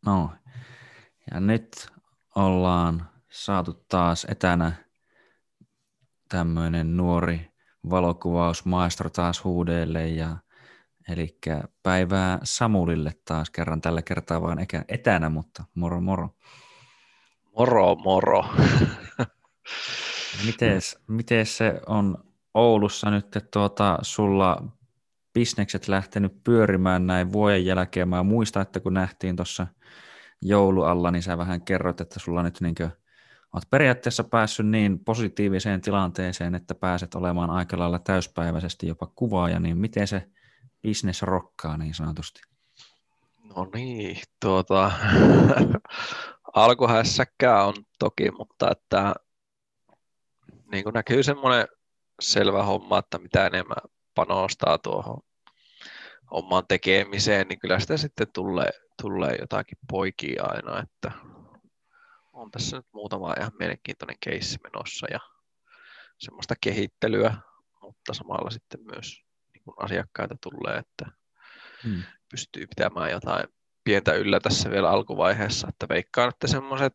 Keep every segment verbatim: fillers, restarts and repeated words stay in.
No, ja nyt ollaan saatu taas etänä tämmöinen nuori valokuvausmaestro taas huudeille ja eli päivää Samulille taas kerran tällä kertaa vaan eikä etänä, mutta moro moro. Moro, moro. Mites, mites se on Oulussa nyt tuota, sulla bisnekset lähtenyt pyörimään näin vuoden jälkeen? Mä muistan, että kun nähtiin tuossa joulualla, niin sä vähän kerroit, että sulla nyt niinkö olet periaatteessa päässyt niin positiiviseen tilanteeseen, että pääset olemaan aika lailla täyspäiväisesti jopa kuvaaja, niin miten se business rokkaa niin sanotusti? No niin, tuota, alkuhässäkkää on toki, mutta että niin kuin näkyy semmoinen selvä homma, että mitä enemmän panostaa tuohon omaan tekemiseen, niin kyllä sitä sitten tulee, tulee jotakin poikia aina, että on tässä nyt muutama ihan mielenkiintoinen keissi menossa ja semmoista kehittelyä, mutta samalla sitten myös niin kuin asiakkaita tulee, että Hmm. pystyy pitämään jotain pientä yllä tässä vielä alkuvaiheessa, että veikkaan, että semmoiset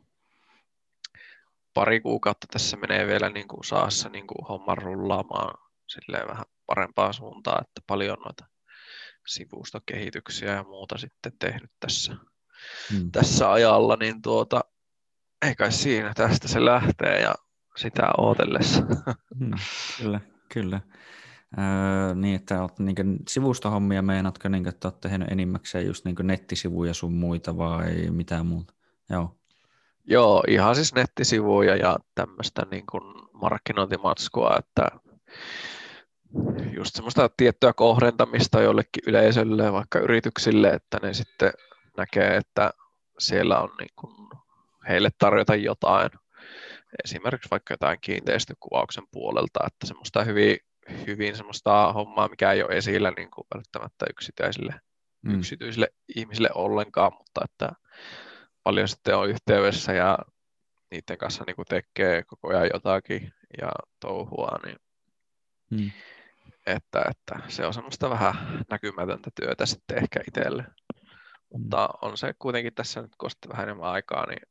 pari kuukautta tässä menee vielä niin kuin saassa niin kuin homman rullaamaan silleen vähän parempaan suuntaan, että paljon noita sivustokehityksiä ja muuta sitten tehnyt tässä, Hmm. tässä ajalla, niin tuota, ei kai siinä, tästä se lähtee ja sitä ootellessa. Hmm. Kyllä, kyllä. Öö, niin, että olet niin sivustohommia, meinaatko, niin, että olet tehnyt enimmäkseen just niin nettisivuja sun muita vai mitä muuta? Joo. Joo, ihan siis nettisivuja ja tämmöistä niin kuin markkinointimatskua, että just semmoista tiettyä kohdentamista jollekin yleisölle, vaikka yrityksille, että ne sitten näkee, että siellä on niin kuin heille tarjota jotain, esimerkiksi vaikka jotain kiinteistökuvauksen puolelta, että semmoista hyvin, hyvin semmoista hommaa, mikä ei ole esillä niin kuin välttämättä yksityisille, Mm. yksityisille ihmisille ollenkaan, mutta että paljon sitten on yhteydessä ja niiden kanssa niin kuin tekee koko ajan jotakin ja touhua, niin Mm. että, että se on semmoista vähän näkymätöntä työtä sitten ehkä itselle. Mm. Mutta on se kuitenkin tässä nyt, kun sitten vähän enemmän aikaa, niin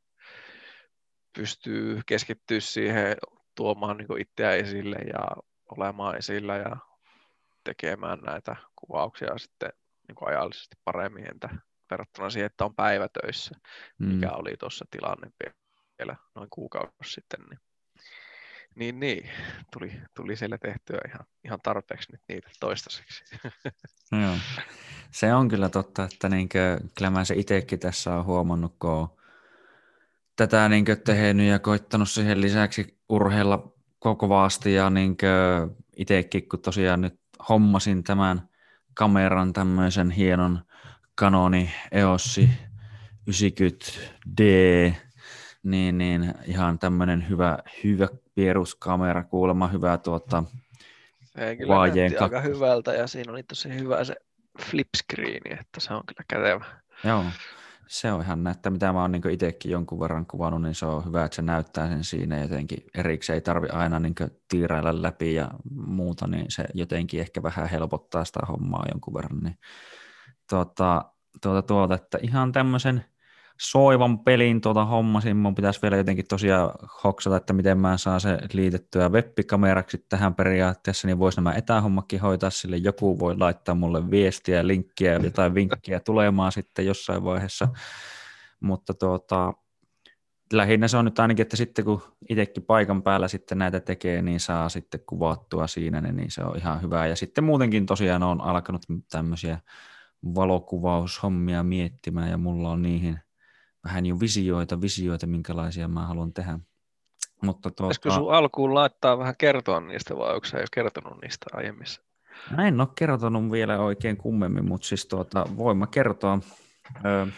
pystyy keskittyä siihen tuomaan niin kuin itseä esille ja olemaan esillä ja tekemään näitä kuvauksia sitten niin kuin ajallisesti paremmin, entä verrattuna siihen, että on päivätöissä, Mm. mikä oli tuossa tilanne vielä noin kuukausi sitten. Niin, niin, niin tuli, tuli siellä tehtyä ihan, ihan tarpeeksi nyt niitä toistaiseksi. No joo. Se on kyllä totta, että niinkö, kyllä mä se itsekin tässä on huomannut, kun on tätä niinkö tehnyt ja koittanut siihen lisäksi urheilla kovasti ja niinkö itsekin, kun tosiaan nyt hommasin tämän kameran tämmöisen hienon Canoni EOS yhdeksänkymmentä D, niin, niin ihan tämmöinen hyvä, hyvä peruskamera, kuulemma hyvä tuota, Se kyllä kuvaajien näytti aika kakkos. hyvältä ja siinä oli tosi hyvä se flip screeni, että se on kyllä kätevä. Joo, se on ihan näyttä, mitä mä oon niin itsekin jonkun verran kuvannut, niin se on hyvä, että se näyttää sen siinä jotenkin erikseen, ei tarvi aina niin tiirailla läpi ja muuta, niin se jotenkin ehkä vähän helpottaa sitä hommaa jonkun verran. Niin tuota, tuota, tuota, että ihan tämmöisen soivan pelin tuota hommasin, mun pitäisi vielä jotenkin tosiaan hoksata, että miten mä saan se liitettyä webbikameraksi tähän periaatteessa, niin voisi nämä etähommakin hoitaa, sille joku voi laittaa mulle viestiä, linkkiä ja jotain vinkkiä tulemaan sitten jossain vaiheessa, mutta tuota, lähinnä se on nyt ainakin, että sitten kun itsekin paikan päällä sitten näitä tekee, niin saa sitten kuvattua siinä, niin se on ihan hyvä. Ja sitten muutenkin tosiaan on alkanut tämmöisiä valokuvaushommia miettimään ja mulla on niihin vähän jo visioita, visioita, minkälaisia mä haluan tehdä. Mutta Pitäisikö tuota, sun alkuun laittaa vähän kertoa niistä vai onko sä jos kertonut niistä aiemmissa? en ole kertonut vielä oikein kummemmin, mutta siis tuota, voin mä kertoa. Ö,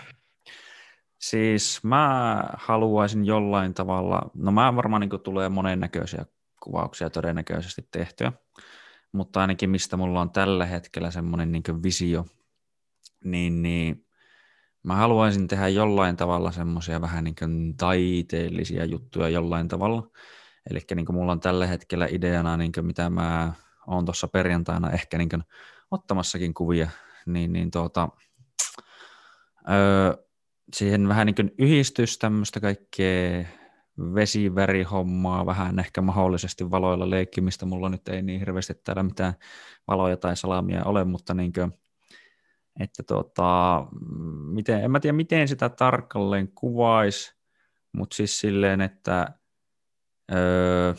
siis mä haluaisin jollain tavalla, no mä varmaan niin tulee monennäköisiä kuvauksia todennäköisesti tehtyä, mutta ainakin mistä mulla on tällä hetkellä semmoinen niin visio, niin, niin mä haluaisin tehdä jollain tavalla semmoisia vähän niin kuin taiteellisia juttuja jollain tavalla. Eli niin kuin mulla on tällä hetkellä ideana, niin kuin mitä mä oon tuossa perjantaina ehkä niin kuin ottamassakin kuvia, niin, niin tuota, öö, siihen vähän niin kuin yhdistys tämmöistä kaikkea vesivärihommaa, vähän ehkä mahdollisesti valoilla leikkimistä. Mulla nyt ei niin hirveästi täällä mitään valoja tai salamia ole, mutta niin kuin, että tota, miten, en mä tiedä miten sitä tarkalleen kuvaisi, mutta siis silleen, että öö,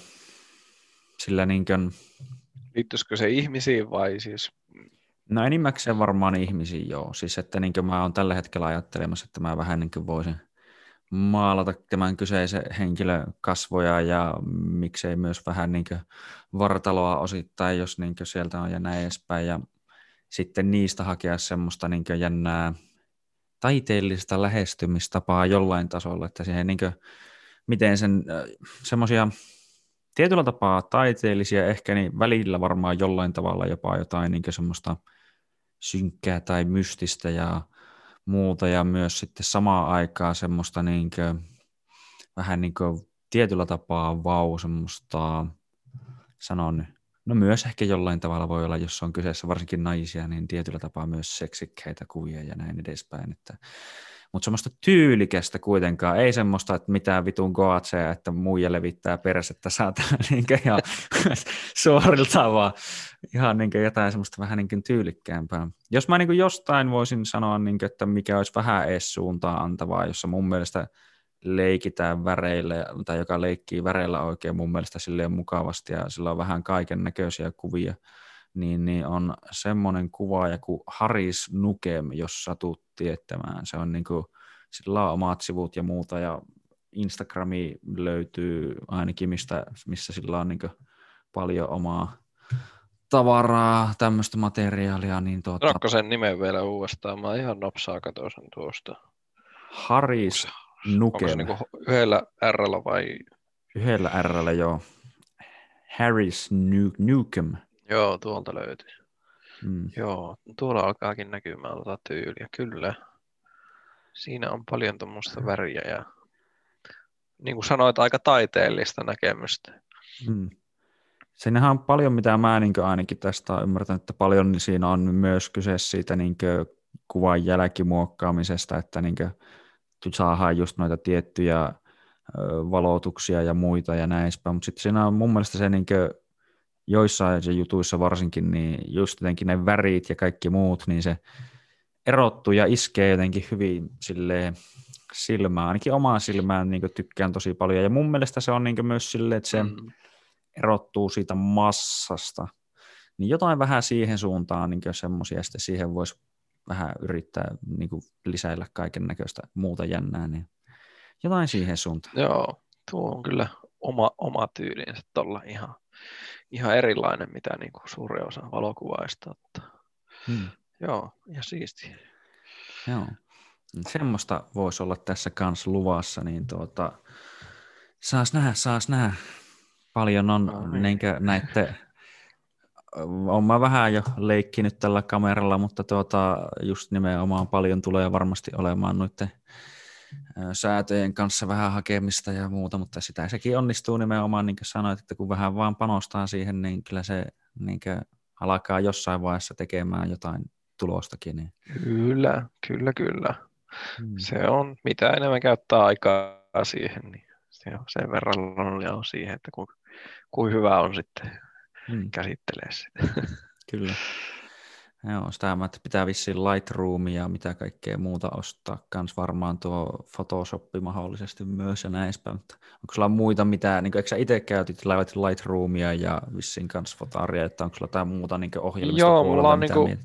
sillä niin kuin, Liittyisikö se ihmisiin vai siis? no enimmäkseen varmaan ihmisiin joo, siis että niin kuin mä oon tällä hetkellä ajattelemassa, että mä vähän niin kuin voisin maalata tämän kyseisen henkilön kasvoja ja miksei myös vähän niin kuin vartaloa osittain, jos niin kuin sieltä on ja näin edespäin. Ja sitten niistä hakea semmoista niin kuin jännää taiteellista lähestymistapaa jollain tasolla, että siihen niin kuin, miten sen semmoisia tietyllä tapaa taiteellisia, ehkä niin välillä varmaan jollain tavalla jopa jotain niin kuin semmoista synkkää tai mystistä ja muuta ja myös sitten samaan aikaan semmoista niin kuin, vähän niin kuin tietyllä tapaa vau, semmoista, sanon nyt, no myös ehkä jollain tavalla voi olla, jos on kyseessä varsinkin naisia, niin tietyllä tapaa myös seksikkäitä kuvia ja näin edespäin. Että, mutta semmoista tyylikästä kuitenkaan, ei semmoista, että mitään vitun goatseja, että muija levittää persettä saatana niin ihan suoriltaan, vaan ihan niin jotain semmoista vähän niin tyylikkäämpää. Jos mä niin jostain voisin sanoa, niin kuin, että mikä olisi vähän ees suuntaan antavaa, jossa mun mielestä leikitään väreillä, tai joka leikkii väreillä oikein mun mielestä silleen mukavasti, ja sillä on vähän kaiken näköisiä kuvia, niin, niin on semmoinen kuvaaja kuin Haris Nukem, jos satut tietämään. Se on niin kuin, sillä on omat sivut ja muuta, ja Instagrami löytyy ainakin, mistä, missä sillä on niin kuin paljon omaa tavaraa, tämmöistä materiaalia. Niin tuota, Sanotko sen nimen vielä uudestaan? Mä ihan nopsaa katsoin sen tuosta. Haris Onko se, onko se Nukem. niinku yhdellä R:llä vai? Yhdellä R:llä, joo. Haris Nu- Nukem. Joo, tuolta löytyy. Mm. Joo, tuolla alkaakin näkymään tuota tyyliä, kyllä. Siinä on paljon tuommoista väriä ja niin kuin sanoit, aika taiteellista näkemystä. Mm. Siinähän on paljon, mitä mä niin ainakin tästä olen ymmärtänyt, että paljon niin siinä on myös kyse siitä niin kuvan jälkimuokkaamisesta, että niin saadaan just noita tiettyjä valotuksia ja muita ja näin edespäin, mutta sitten siinä on mun mielestä se niin joissain jutuissa varsinkin, niin just jotenkin ne värit ja kaikki muut, niin se erottuu ja iskee jotenkin hyvin silleen silmään, ainakin omaan silmään niin tykkään tosi paljon, ja mun mielestä se on niin myös silleen, että se mm. erottuu siitä massasta, niin jotain vähän siihen suuntaan niin semmoisia, sitten siihen voisi vähän yrittää niin lisäillä kaiken näköistä muuta jännää, niin jotain siihen suuntaan. Joo, tuo on kyllä oma, oma tyylinsä tuolla ihan, ihan erilainen, mitä niin kuin suurin osa valokuvaista ottaa. Hmm. Joo, ja siistiä. Joo, semmoista voisi olla tässä kanssa luvassa, niin tuota, saas nähdä, saas nähdä. Paljon on no, niin. näitä, olen mä vähän jo leikkinyt tällä kameralla, mutta tuota, just nimenomaan paljon tulee varmasti olemaan noiden säätöjen kanssa vähän hakemista ja muuta, mutta sitä sekin onnistuu nimenomaan, niin kuin sanoit, että kun vähän vaan panostaa siihen, niin kyllä se niin alkaa jossain vaiheessa tekemään jotain tulostakin. Niin. Kyllä, kyllä, kyllä. Hmm. Se on, mitä enemmän käyttää aikaa siihen, niin se on sen verran on siihen, että kuin, kuin hyvä on sitten hmm. käsittelee sitä. Kyllä. Joo, sitä pitää vissiin Lightroomia ja mitä kaikkea muuta ostaa, kans varmaan tuo Photoshop mahdollisesti myös ja näin edespäin. Onko sulla muita mitä, niin eikö sä itse käytit Lightroomia ja vissiin kans Fotaria, että onko sulla jotain muuta niin ohjelmista Joo, puolella, mulla on mitä niinku, mietit?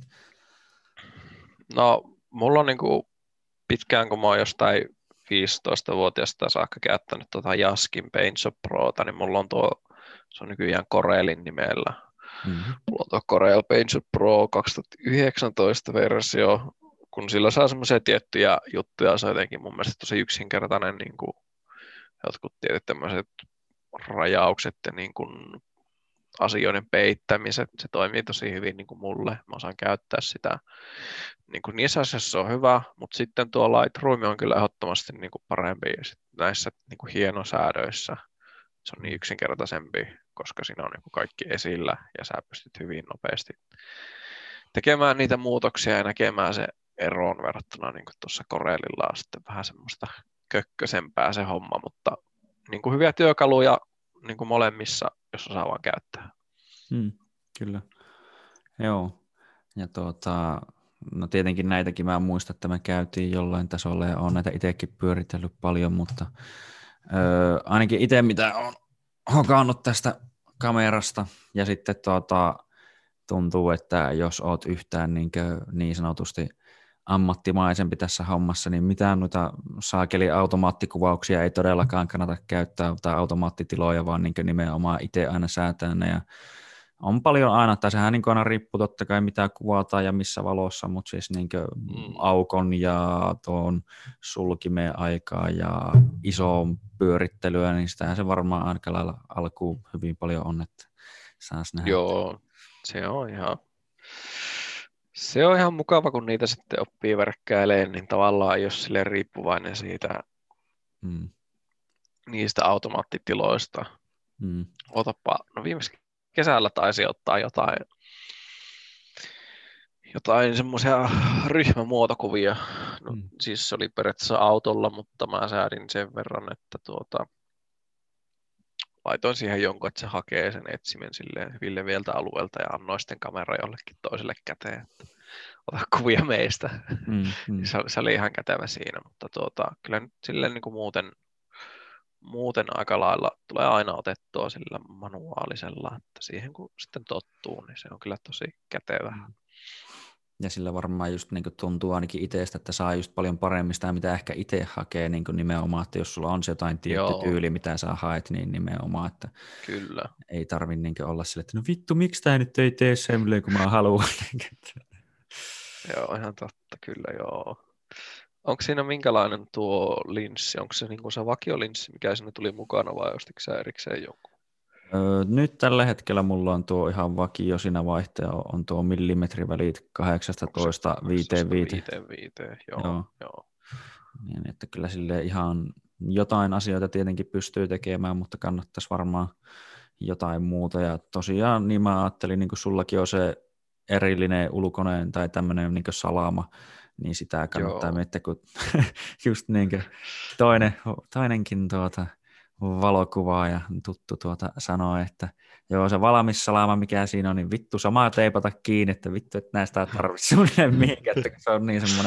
No, mulla on niinku pitkään, kun mä oon jostain viisitoistavuotiaasta saakka käyttänyt tuota Jaskin PaintShop Prota, niin mulla on tuo, se on nykyään Corelin nimellä. Mm-hmm. Mulla on tuo Corel PaintShop Pro kaksituhattayhdeksäntoista versio, kun sillä saa semmoisia tiettyjä juttuja, se on jotenkin mun mielestä tosi yksinkertainen, niin kuin jotkut tietyt tämmöiset rajaukset ja niin kuin asioiden peittämiset, se toimii tosi hyvin niin kuin mulle, mä osaan käyttää sitä. Niin kuin niissä asioissa se on hyvä, mutta sitten tuo Lightroom on kyllä ehdottomasti niin kuin parempi näissä niin kuin hienosäädöissä. Se on niin yksinkertaisempi, koska siinä on niin kuin kaikki esillä ja sä pystyt hyvin nopeasti tekemään niitä muutoksia ja näkemään se eroon verrattuna niin kuin tuossa Corelilla on sitten vähän semmoista kökkösempää se homma, mutta niin kuin hyviä työkaluja niin kuin molemmissa, jos osaa vaan käyttää. Hmm, kyllä. Joo. Ja tuota, no tietenkin näitäkin mä muistan, että me käytiin jollain tasolla ja olen näitä itsekin pyöritellyt paljon, mutta öö, ainakin itse mitä olen hokannut tästä kamerasta ja sitten tuota, tuntuu, että jos oot yhtään niin, niin sanotusti ammattimaisempi tässä hommassa, niin mitään noita saakeli automaattikuvauksia ei todellakaan kannata käyttää tai automaattitiloja, vaan niin nimenomaan itse aina säätää ne ja on paljon aina, tai sehän niin aina riippuu totta kai mitä kuvataan ja missä valossa, mutta siis niin Mm. aukon ja tuon sulkimeen aikaa ja isoon pyörittelyä, niin sitähän se varmaan aika lailla alkuun hyvin paljon on, että saisi nähdä. Joo, se on ihan, se on ihan mukava, kun niitä sitten oppii verkkäilemään, niin tavallaan ei ole silleen riippuvainen siitä, Mm. niistä automaattitiloista. Mm. Otapa, no viimeksi kesällä taisi ottaa jotain, jotain semmoisia ryhmämuotokuvia. No, Mm. siis se oli periaatteessa autolla, mutta mä säädin sen verran, että tuota, laitoin siihen jonkun, että se hakee sen etsimen silleen hyvin leveältä alueelta ja annoin sitten kamera jollekin toiselle käteen, että ota kuvia meistä. Mm. Mm. Se, se oli ihan kätevä siinä, mutta tuota, kyllä nyt silleen niin kuin muuten, muuten aika lailla tulee aina otettua sillä manuaalisella, että siihen kun sitten tottuu, niin se on kyllä tosi kätevä. Ja sillä varmaan just niin kuin tuntuu ainakin itsestä, että saa just paljon paremmin sitä, mitä ehkä itse hakee niin kuin nimenomaan, että jos sulla on se jotain tietty Joo. tyyli, mitä sä haet, niin nimenomaan, että Kyllä. ei tarvitse niin olla sille, että no vittu, miksi tämä nyt ei tee semmoinen, kun mä haluan. Joo, ihan totta, kyllä joo. Onko siinä minkälainen tuo linssi? Onko se niin kuin se vakiolinssi, mikä sinne tuli mukana vai ostitko sä erikseen jonkun? Öö, nyt tällä hetkellä mulla on tuo ihan vakio siinä vaihteen, on tuo millimetrivälit kahdeksantoista viisikymmentäviisi. Joo, Joo. joo. Niin, että kyllä sille ihan jotain asioita tietenkin pystyy tekemään, mutta kannattaisi varmaan jotain muuta. Ja tosiaan niin mä ajattelin, niin kuin sullakin on se erillinen ulkoneen tai tämmöinen niin kuin salama, niin sitä kannattaa Joo. miettiä, kun just niin kuin toinen, toinenkin tuota, valokuvaaja tuttu tuota sanoi, että joo se valmis salama, mikä siinä on, niin vittu samaa teipata kiinni, että vittu, että näistä tarvitse suunnilleen mihinkään, että se on niin semmoinen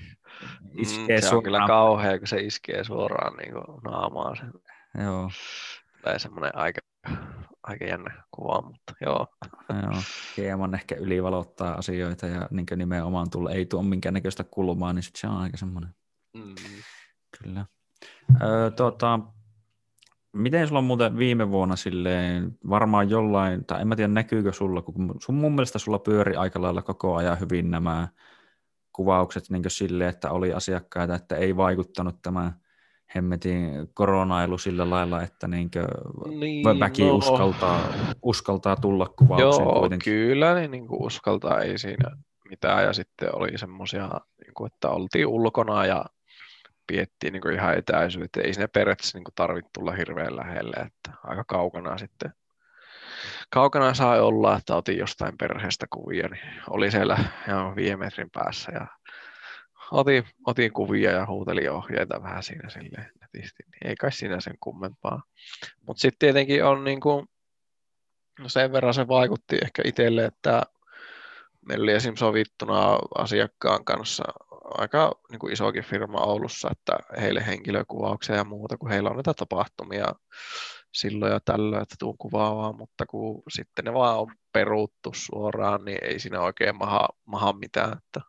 iskee mm, se on kyllä suoraan. kauhea, kun se iskee suoraan niin kuin naamaan. Se Joo. tulee semmoinen aika, aika jännä kuva, mutta joo. Joo, hieman ehkä ylivalottaa asioita ja niin nimenomaan tulla, ei tuo minkäännäköistä kulmaa, niin sit se on aika semmoinen. Mm. Kyllä. Öö, tota, miten sulla on muuten viime vuonna silleen, varmaan jollain, tai en mä tiedä näkyykö sulla, kun sun mun mielestä sulla pyöri aika lailla koko ajan hyvin nämä kuvaukset niin silleen, että oli asiakkaita, että ei vaikuttanut tämä hemmetin koronailu sillä lailla, että niinkö Niin, väki no. uskaltaa, uskaltaa tulla kuvauksiin Joo, kuitenkin. kyllä, niin, niin kuin uskaltaa, ei siinä mitään. Ja sitten oli semmoisia, niin kuin, että oltiin ulkona ja piettiin niin kuin ihan etäisyyttä. Ei siinä periaatteessa niin kuin tarvitse tulla hirveän lähelle, että aika kaukana sitten. Kaukana sai olla, että otin jostain perheestä kuvia, niin oli siellä ihan viiden metrin päässä ja otin, otin kuvia ja huutelin ohjeita vähän siinä silleen netisti. Niin ei kai siinä sen kummempaa. Mutta sitten tietenkin on niin kuin, no sen verran se vaikutti ehkä itselle, että meillä oli esim. Sovittuna asiakkaan kanssa aika niin kuin isokin firma Oulussa, että heille henkilökuvauksia ja muuta, kun heillä on näitä tapahtumia silloin ja tällöin, että tuu kuvaamaan, mutta kun sitten ne vaan on peruuttu suoraan, niin ei siinä oikein maha, maha mitään, että,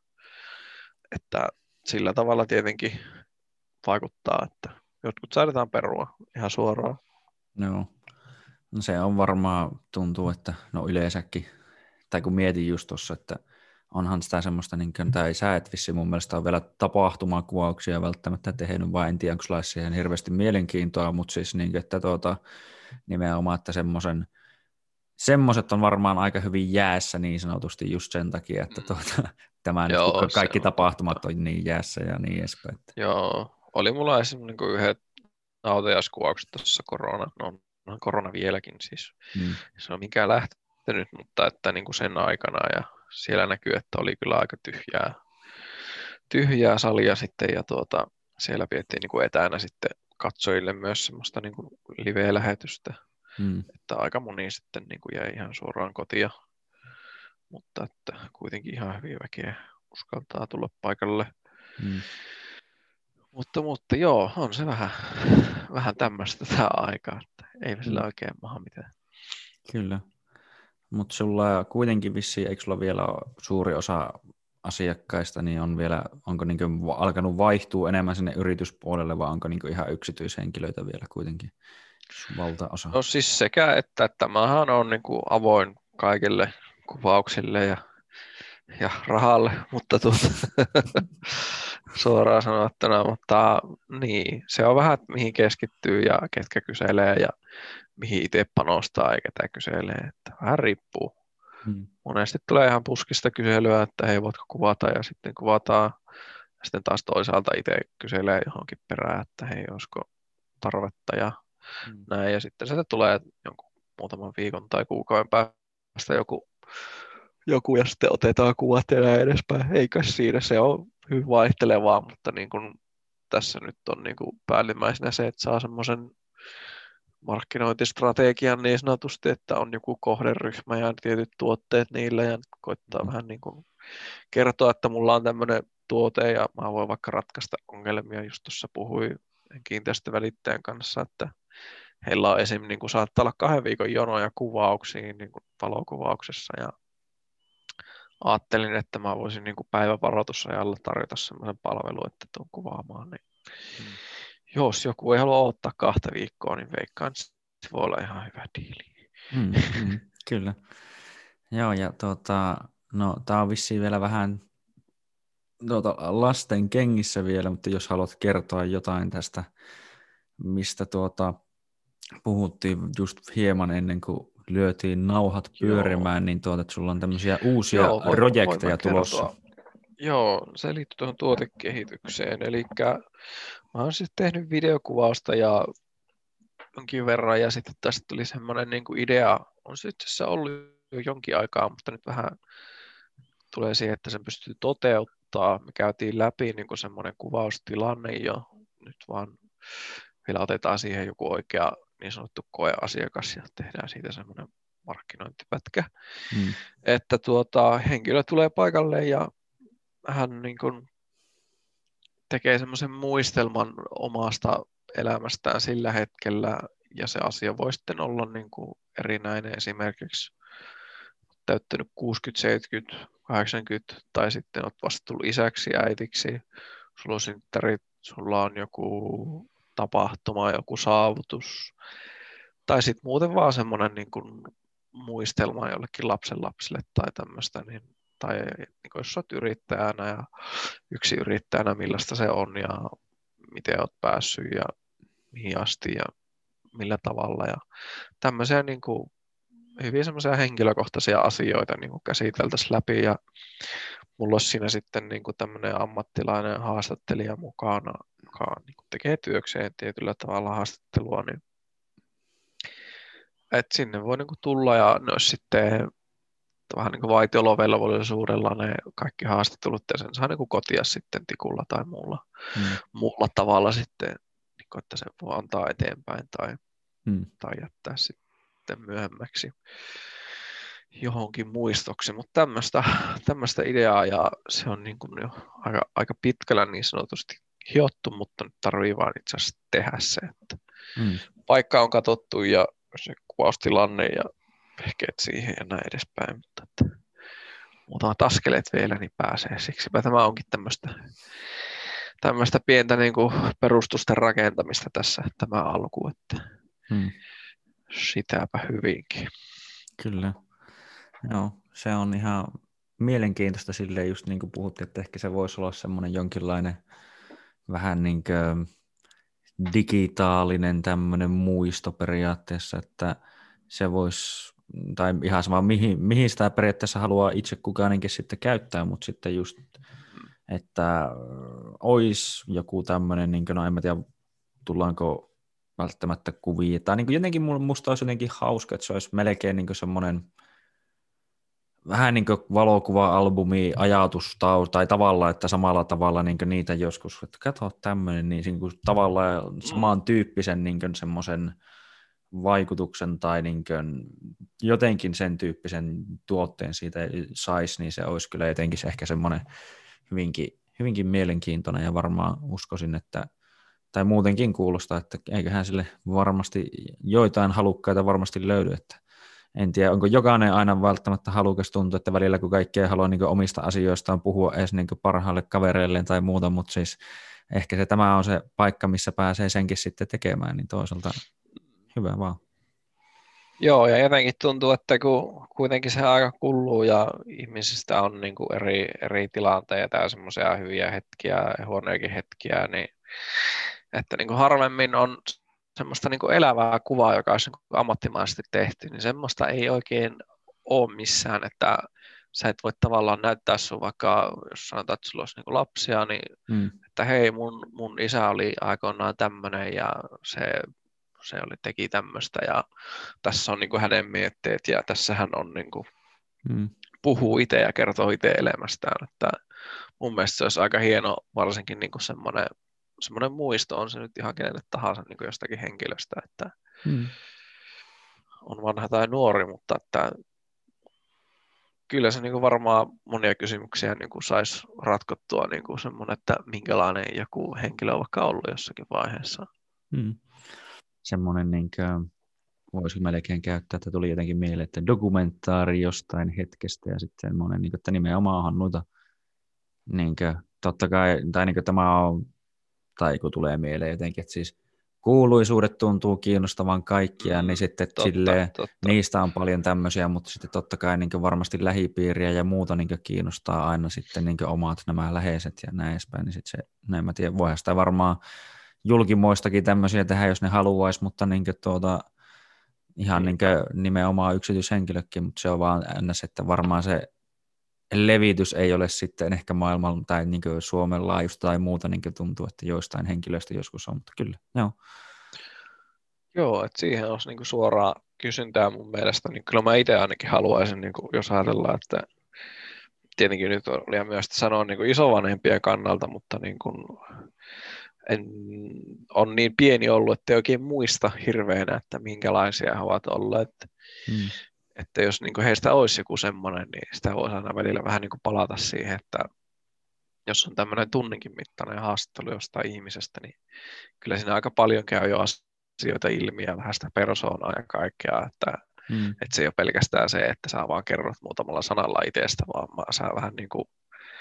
että sillä tavalla tietenkin vaikuttaa, että jotkut saadaan perua ihan suoraan. Joo. No se on varmaan, tuntuu, että no yleensäkin, tai kun mietin just tuossa, että onhan sitä semmoista, niin kuin, tai sä et vissi mun mielestä on vielä tapahtumakuvauksia välttämättä tehnyt, vai en tiedä, onko sulla siihen hirveästi mielenkiintoa, mutta siis niin, että tuota, nimenomaan, että semmoisen, semmoiset on varmaan aika hyvin jäässä niin sanotusti just sen takia, että tuota, tämä nyt, Joo, kun kaikki on tapahtumat on niin jäässä ja niin edespäin. Että. Joo, oli mulla esimerkiksi niin yhdet autajaiskuvaukset tuossa korona, no onhan korona vieläkin siis, mm. se on mikään lähtenyt, mutta että niin kuin sen aikana ja siellä näkyy, että oli kyllä aika tyhjää, tyhjää salia sitten ja tuota, siellä pidettiin niin kuin etänä sitten katsojille myös semmoista niin kuin live-lähetystä, Mm. että aika moni sitten niin kuin jäi ihan suoraan kotia, mutta että kuitenkin ihan hyvin väkeä uskaltaa tulla paikalle. Mm. Mutta, mutta joo, on se vähän, vähän tämmöistä tämä aika, että ei sillä Mm. oikein maha mitään. Kyllä. Mutta sulla kuitenkin vissiin, eikö sulla vielä ole suuri osa asiakkaista, niin on vielä, onko niinku alkanut vaihtua enemmän sinne yrityspuolelle, vai onko niinku ihan yksityishenkilöitä vielä kuitenkin sun valtaosa? No siis sekä, että, että tämähän on niin kuin avoin kaikille kuvauksille ja, ja rahalle, mutta tuota, suoraan sanottuna, mutta niin, se on vähän, että mihin keskittyy ja ketkä kyselee ja mihin itse panostaa ja ketä kyselee, että vähän riippuu. Mm. Monesti tulee ihan puskista kyselyä, että hei, voitko kuvata, ja sitten kuvataan. Ja sitten taas toisaalta itse kyselee johonkin perään, että hei, olisiko tarvetta ja Mm. näin. Ja sitten sieltä tulee jonkun muutaman viikon tai kuukauden päästä joku, joku ja sitten otetaan kuvat ja näin edespäin. Eikä siinä, se on hyvin vaihtelevaa, mutta niin kuin tässä nyt on niin kuin päällimmäisenä se, että saa semmoisen markkinointistrategian niin sanotusti, että on joku kohderyhmä ja tietyt tuotteet niillä ja koittaa Mm. vähän niin kuin kertoa, että mulla on tämmöinen tuote ja mä voin vaikka ratkaista ongelmia. Just tuossa puhuin kiinteistövälittäjän kanssa, että heillä on esim. Niin kuin saattaa olla kahden viikon jonoja kuvauksiin niin kuin valokuvauksessa ja ajattelin, että mä voisin niin kuin päivävaroitusajalla tarjota semmoisen palvelun, että tuon kuvaamaan. Niin Mm. jos joku ei halua ottaa kahta viikkoa, niin veikkaan, että se voi olla ihan hyvä diili. Mm. Mm. Kyllä. Joo, ja tuota, no tää on vissiin vielä vähän tuota, lasten kengissä vielä, mutta jos haluat kertoa jotain tästä, mistä tuota, puhuttiin just hieman ennen kuin lyötiin nauhat pyörimään, Joo, niin tuota, että sulla on tämmöisiä uusia Joo voin, voin mä projekteja tulossa. kertoa. Joo, se liittyy tuohon tuotekehitykseen. Eli mä oon siis tehnyt videokuvausta ja jonkin verran, ja sitten tästä tuli semmoinen niin kuin idea, on se itse asiassa ollut jo jonkin aikaa, mutta nyt vähän tulee siihen, että sen pystyy toteuttaa. Me käytiin läpi niin kuin semmoinen kuvaustilanne jo, nyt vaan vielä otetaan siihen joku oikea niin sanottu koeasiakas ja tehdään siitä semmoinen markkinointipätkä. Mm. Että tuota, henkilö tulee paikalle ja hän niin kuin tekee semmoisen muistelman omasta elämästään sillä hetkellä, ja se asia voi sitten olla niin kuin erinäinen, esimerkiksi täyttänyt kuusikymmentä, seitsemänkymmentä, kahdeksankymmentä, tai sitten olet vasta tullut isäksi ja äitiksi, sulla on synttärit, sulla on joku tapahtuma, joku saavutus, tai sitten muuten vaan semmoinen niin kuin muistelma jollekin lapsen lapsille tai tämmöistä, niin, tai niin kuin jos olet yrittäjänä ja yksi yrittäjänä, millaista se on ja miten olet päässyt ja mihin asti ja millä tavalla ja tämmöisiä niin kuin hyvin semmoisia henkilökohtaisia asioita niin kuin käsiteltäisiin läpi ja mulla olisi siinä sitten niin kuin tämmöinen ammattilainen haastattelija mukana, joka niin kuin tekee työkseen tietyllä tavalla haastattelua, niin että sinne voi niin kuin tulla ja ne olisi sitten vähän niin kuin vaitiolovelvollisuudella ne kaikki haastattelut ja sen saa niin kuin kotia sitten tikulla tai muulla, Mm. muulla tavalla sitten, niin kuin, että sen voi antaa eteenpäin tai, Mm. tai jättää sitten myöhemmäksi johonkin muistoksi, mutta tämmöistä, tämmöistä ideaa ja se on niin kuin jo aika, aika pitkällä niin sanotusti hiottu, mutta nyt tarvii vaan itse asiassa tehdä se, että Mm. paikka on katsottu ja se kuvaustilanne ja vehkeet siihen ja näin edespäin, mutta että muutamat askeleet vielä, niin pääsee. Siksipä tämä onkin tämmöistä, tämmöistä pientä niin kuin perustusten rakentamista tässä tämä alku, että Mm. sitäpä hyvinkin. Kyllä. Joo, se on ihan mielenkiintoista silleen, just niin kuin puhuttiin, että ehkä se voisi olla semmoinen jonkinlainen vähän niin kuin digitaalinen tämmöinen muisto periaatteessa, että se voisi, tai ihan sama mihin, mihin sitä periaatteessa haluaa itse kukaanenkin sitten käyttää, mutta sitten just, että olisi joku tämmöinen, niin kuin, no en mä tiedä, tullaanko välttämättä kuvia, tai niin kuin jotenkin musta olisi jotenkin hauska, että se olisi melkein niin kuin semmoinen vähän niin kuin valokuva-albumi ajatustau tai tavallaan, että samalla tavalla niin kuin niitä joskus, että katso tämmöinen, niin, niin kuin tavallaan Mm. samantyyppisen niin kuin semmoisen vaikutuksen tai niin kuin jotenkin sen tyyppisen tuotteen siitä saisi, niin se olisi kyllä jotenkin se ehkä semmoinen hyvinkin, hyvinkin mielenkiintoinen ja varmaan uskoisin, että tai muutenkin kuulostaa, että eiköhän sille varmasti joitain halukkaita varmasti löydy, että en tiedä, onko jokainen aina välttämättä halukas, tuntuu, että välillä kun kaikki ei halua niin omista asioistaan puhua edes niin parhaalle kavereilleen tai muuta, mutta siis ehkä se, tämä on se paikka, missä pääsee senkin sitten tekemään, niin toisaalta hyvä vaan. Joo, ja jotenkin tuntuu, että kun kuitenkin se aika kuluu ja ihmisistä on niin kuin eri, eri tilanteita ja semmoisia hyviä hetkiä ja huonojakin hetkiä, niin että niin kuin harvemmin on semmoista niin kuin elävää kuvaa, joka olisi niin kuin ammattimaisesti tehty, niin semmoista ei oikein ole missään, että sä et voi tavallaan näyttää sun vaikka, jos sanotaan, että sulla olisi niin kuin lapsia, niin Mm. että hei, mun, mun isä oli aikoinaan tämmöinen ja se, se oli, teki tämmöistä ja tässä on niin kuin hänen mietteet ja tässä hän on niin kuin, Mm. puhuu itse ja kertoo itse elämästään, että mun mielestä se olisi aika hieno, varsinkin niin kuin semmoinen, semmoinen muisto, on se nyt ihan kenelle tahansa niin kuin jostakin henkilöstä, että Mm. on vanha tai nuori, mutta että kyllä se niin kuin varmaan monia kysymyksiä niin kuin saisi ratkottua niin kuin semmoinen, että minkälainen joku henkilö on vaikka ollut jossakin vaiheessa. Mm. Semmoinen, niin kuin, voisi melkein käyttää, että tuli jotenkin mieleen, että dokumentaari jostain hetkestä ja sitten semmoinen, niin kuin, että nimenomaan noita, niin kuin, totta kai, tai niin kuin tämä on, tai kun tulee mieleen jotenkin, että siis kuuluisuudet tuntuu kiinnostavan kaikkia, mm, niin sitten totta, silleen, totta. niistä on paljon tämmöisiä, mutta sitten totta kai niin varmasti lähipiiriä ja muuta niin kiinnostaa aina sitten niin omat nämä läheiset ja näin edespäin, niin sitten se, näin mä tiedän, voihan sitä varmaan julkimoistakin tämmöisiä tehdä, jos ne haluaisi, mutta niin tuota, ihan niin nimenomaan yksityishenkilökin, mutta se on vaan ns, että varmaan se levitys ei ole sitten ehkä maailman tai niin Suomen laajuista tai muuta, niin tuntuu, että joistain henkilöistä joskus on, mutta kyllä, joo. Joo, että siihen olisi niin suoraa kysyntää mun mielestä, niin kyllä mä itse ainakin haluaisin, niin kuin, jos ajatellaan, että tietenkin nyt on liian myös sanoa niin kuin isovanhempien kannalta, mutta niin kuin, en, on niin pieni ollut, että ei oikein muista hirveänä, että minkälaisia he ovat olleet. Hmm. Että jos niin kuin heistä olisi joku semmoinen, niin sitä voisi aina välillä vähän niin kuin palata siihen, että jos on tämmöinen tunninkin mittainen haastattelu jostain ihmisestä, niin kyllä siinä aika paljon käy jo asioita ilmi ja vähän sitä persoonaa ja kaikkea, että, hmm. että se ei ole pelkästään se, että sä vaan kerrot muutamalla sanalla itsestä, vaan sä vähän niin kuin,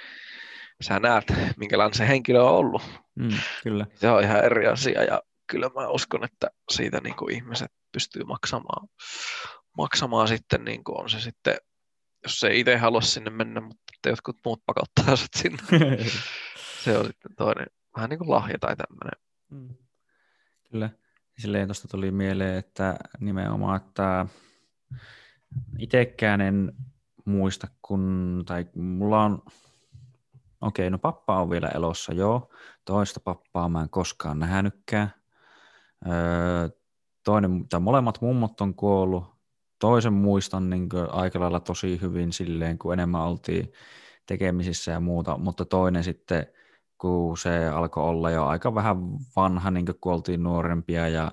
sä näet, minkälainen se henkilö on ollut. Hmm, kyllä. Se on ihan eri asia ja kyllä mä uskon, että siitä niin kuin ihmiset pystyy maksamaan, maksamaan sitten, niin kuin on se sitten, jos ei itse halua sinne mennä, mutta jotkut muut pakottaa sut sinne. Se on sitten toinen, vähän niin kuin lahja tai tämmöinen. Hmm. Kyllä. Silleen tuosta tuli mieleen, että nimenomaan, että itsekään en muista, kun, tai mulla on, okei, okay, no pappa on vielä elossa, joo. Toista pappaa mä en koskaan nähnytkään. Öö, toinen, tai molemmat mummot on kuollut. Toisen muistan niin kuin aika lailla tosi hyvin silleen, kun enemmän oltiin tekemisissä ja muuta, mutta toinen sitten, kun se alkoi olla jo aika vähän vanha, niin kun oltiin nuorempia ja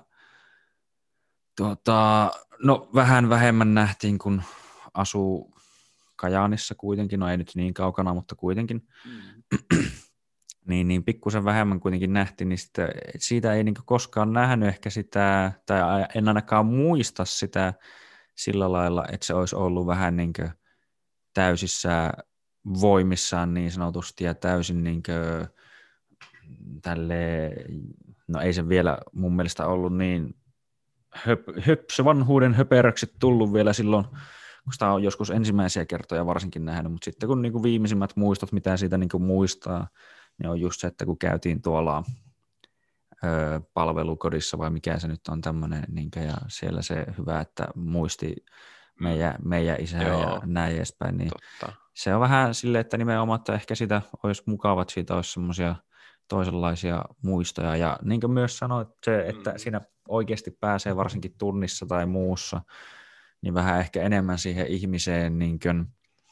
tuota, no vähän vähemmän nähtiin, kun asuu Kajaanissa kuitenkin, no ei nyt niin kaukana, mutta kuitenkin, mm. niin, niin pikkusen vähemmän kuitenkin nähtiin, niin sitä, siitä ei niin koskaan nähnyt ehkä sitä, tai en ainakaan muista sitä sillä lailla, että se olisi ollut vähän niin täysissä voimissaan niin sanotusti ja täysin niin kuin tälle, no ei se vielä mun mielestä ollut niin höp, höpsö vanhuuden höperöksi tullut vielä silloin, kun sitä on joskus ensimmäisiä kertoja varsinkin nähnyt, mutta sitten kun niin kuin viimeisimmät muistot, mitä siitä niin kuin muistaa, niin on just se, että kun käytiin tuolla ö, palvelukodissa vai mikä se nyt on tämmöinen, niin kuin, ja siellä se hyvä, että muisti meidän, meidän isää Joo, ja näin edespäin, niin totta. Se on vähän silleen, että nimenomaan, että ehkä sitä olisi mukava, että siitä olisi semmoisia toisenlaisia muistoja, ja niin kuin myös sanoit, se, että mm. siinä oikeasti pääsee varsinkin tunnissa tai muussa, niin vähän ehkä enemmän siihen ihmiseen niin kuin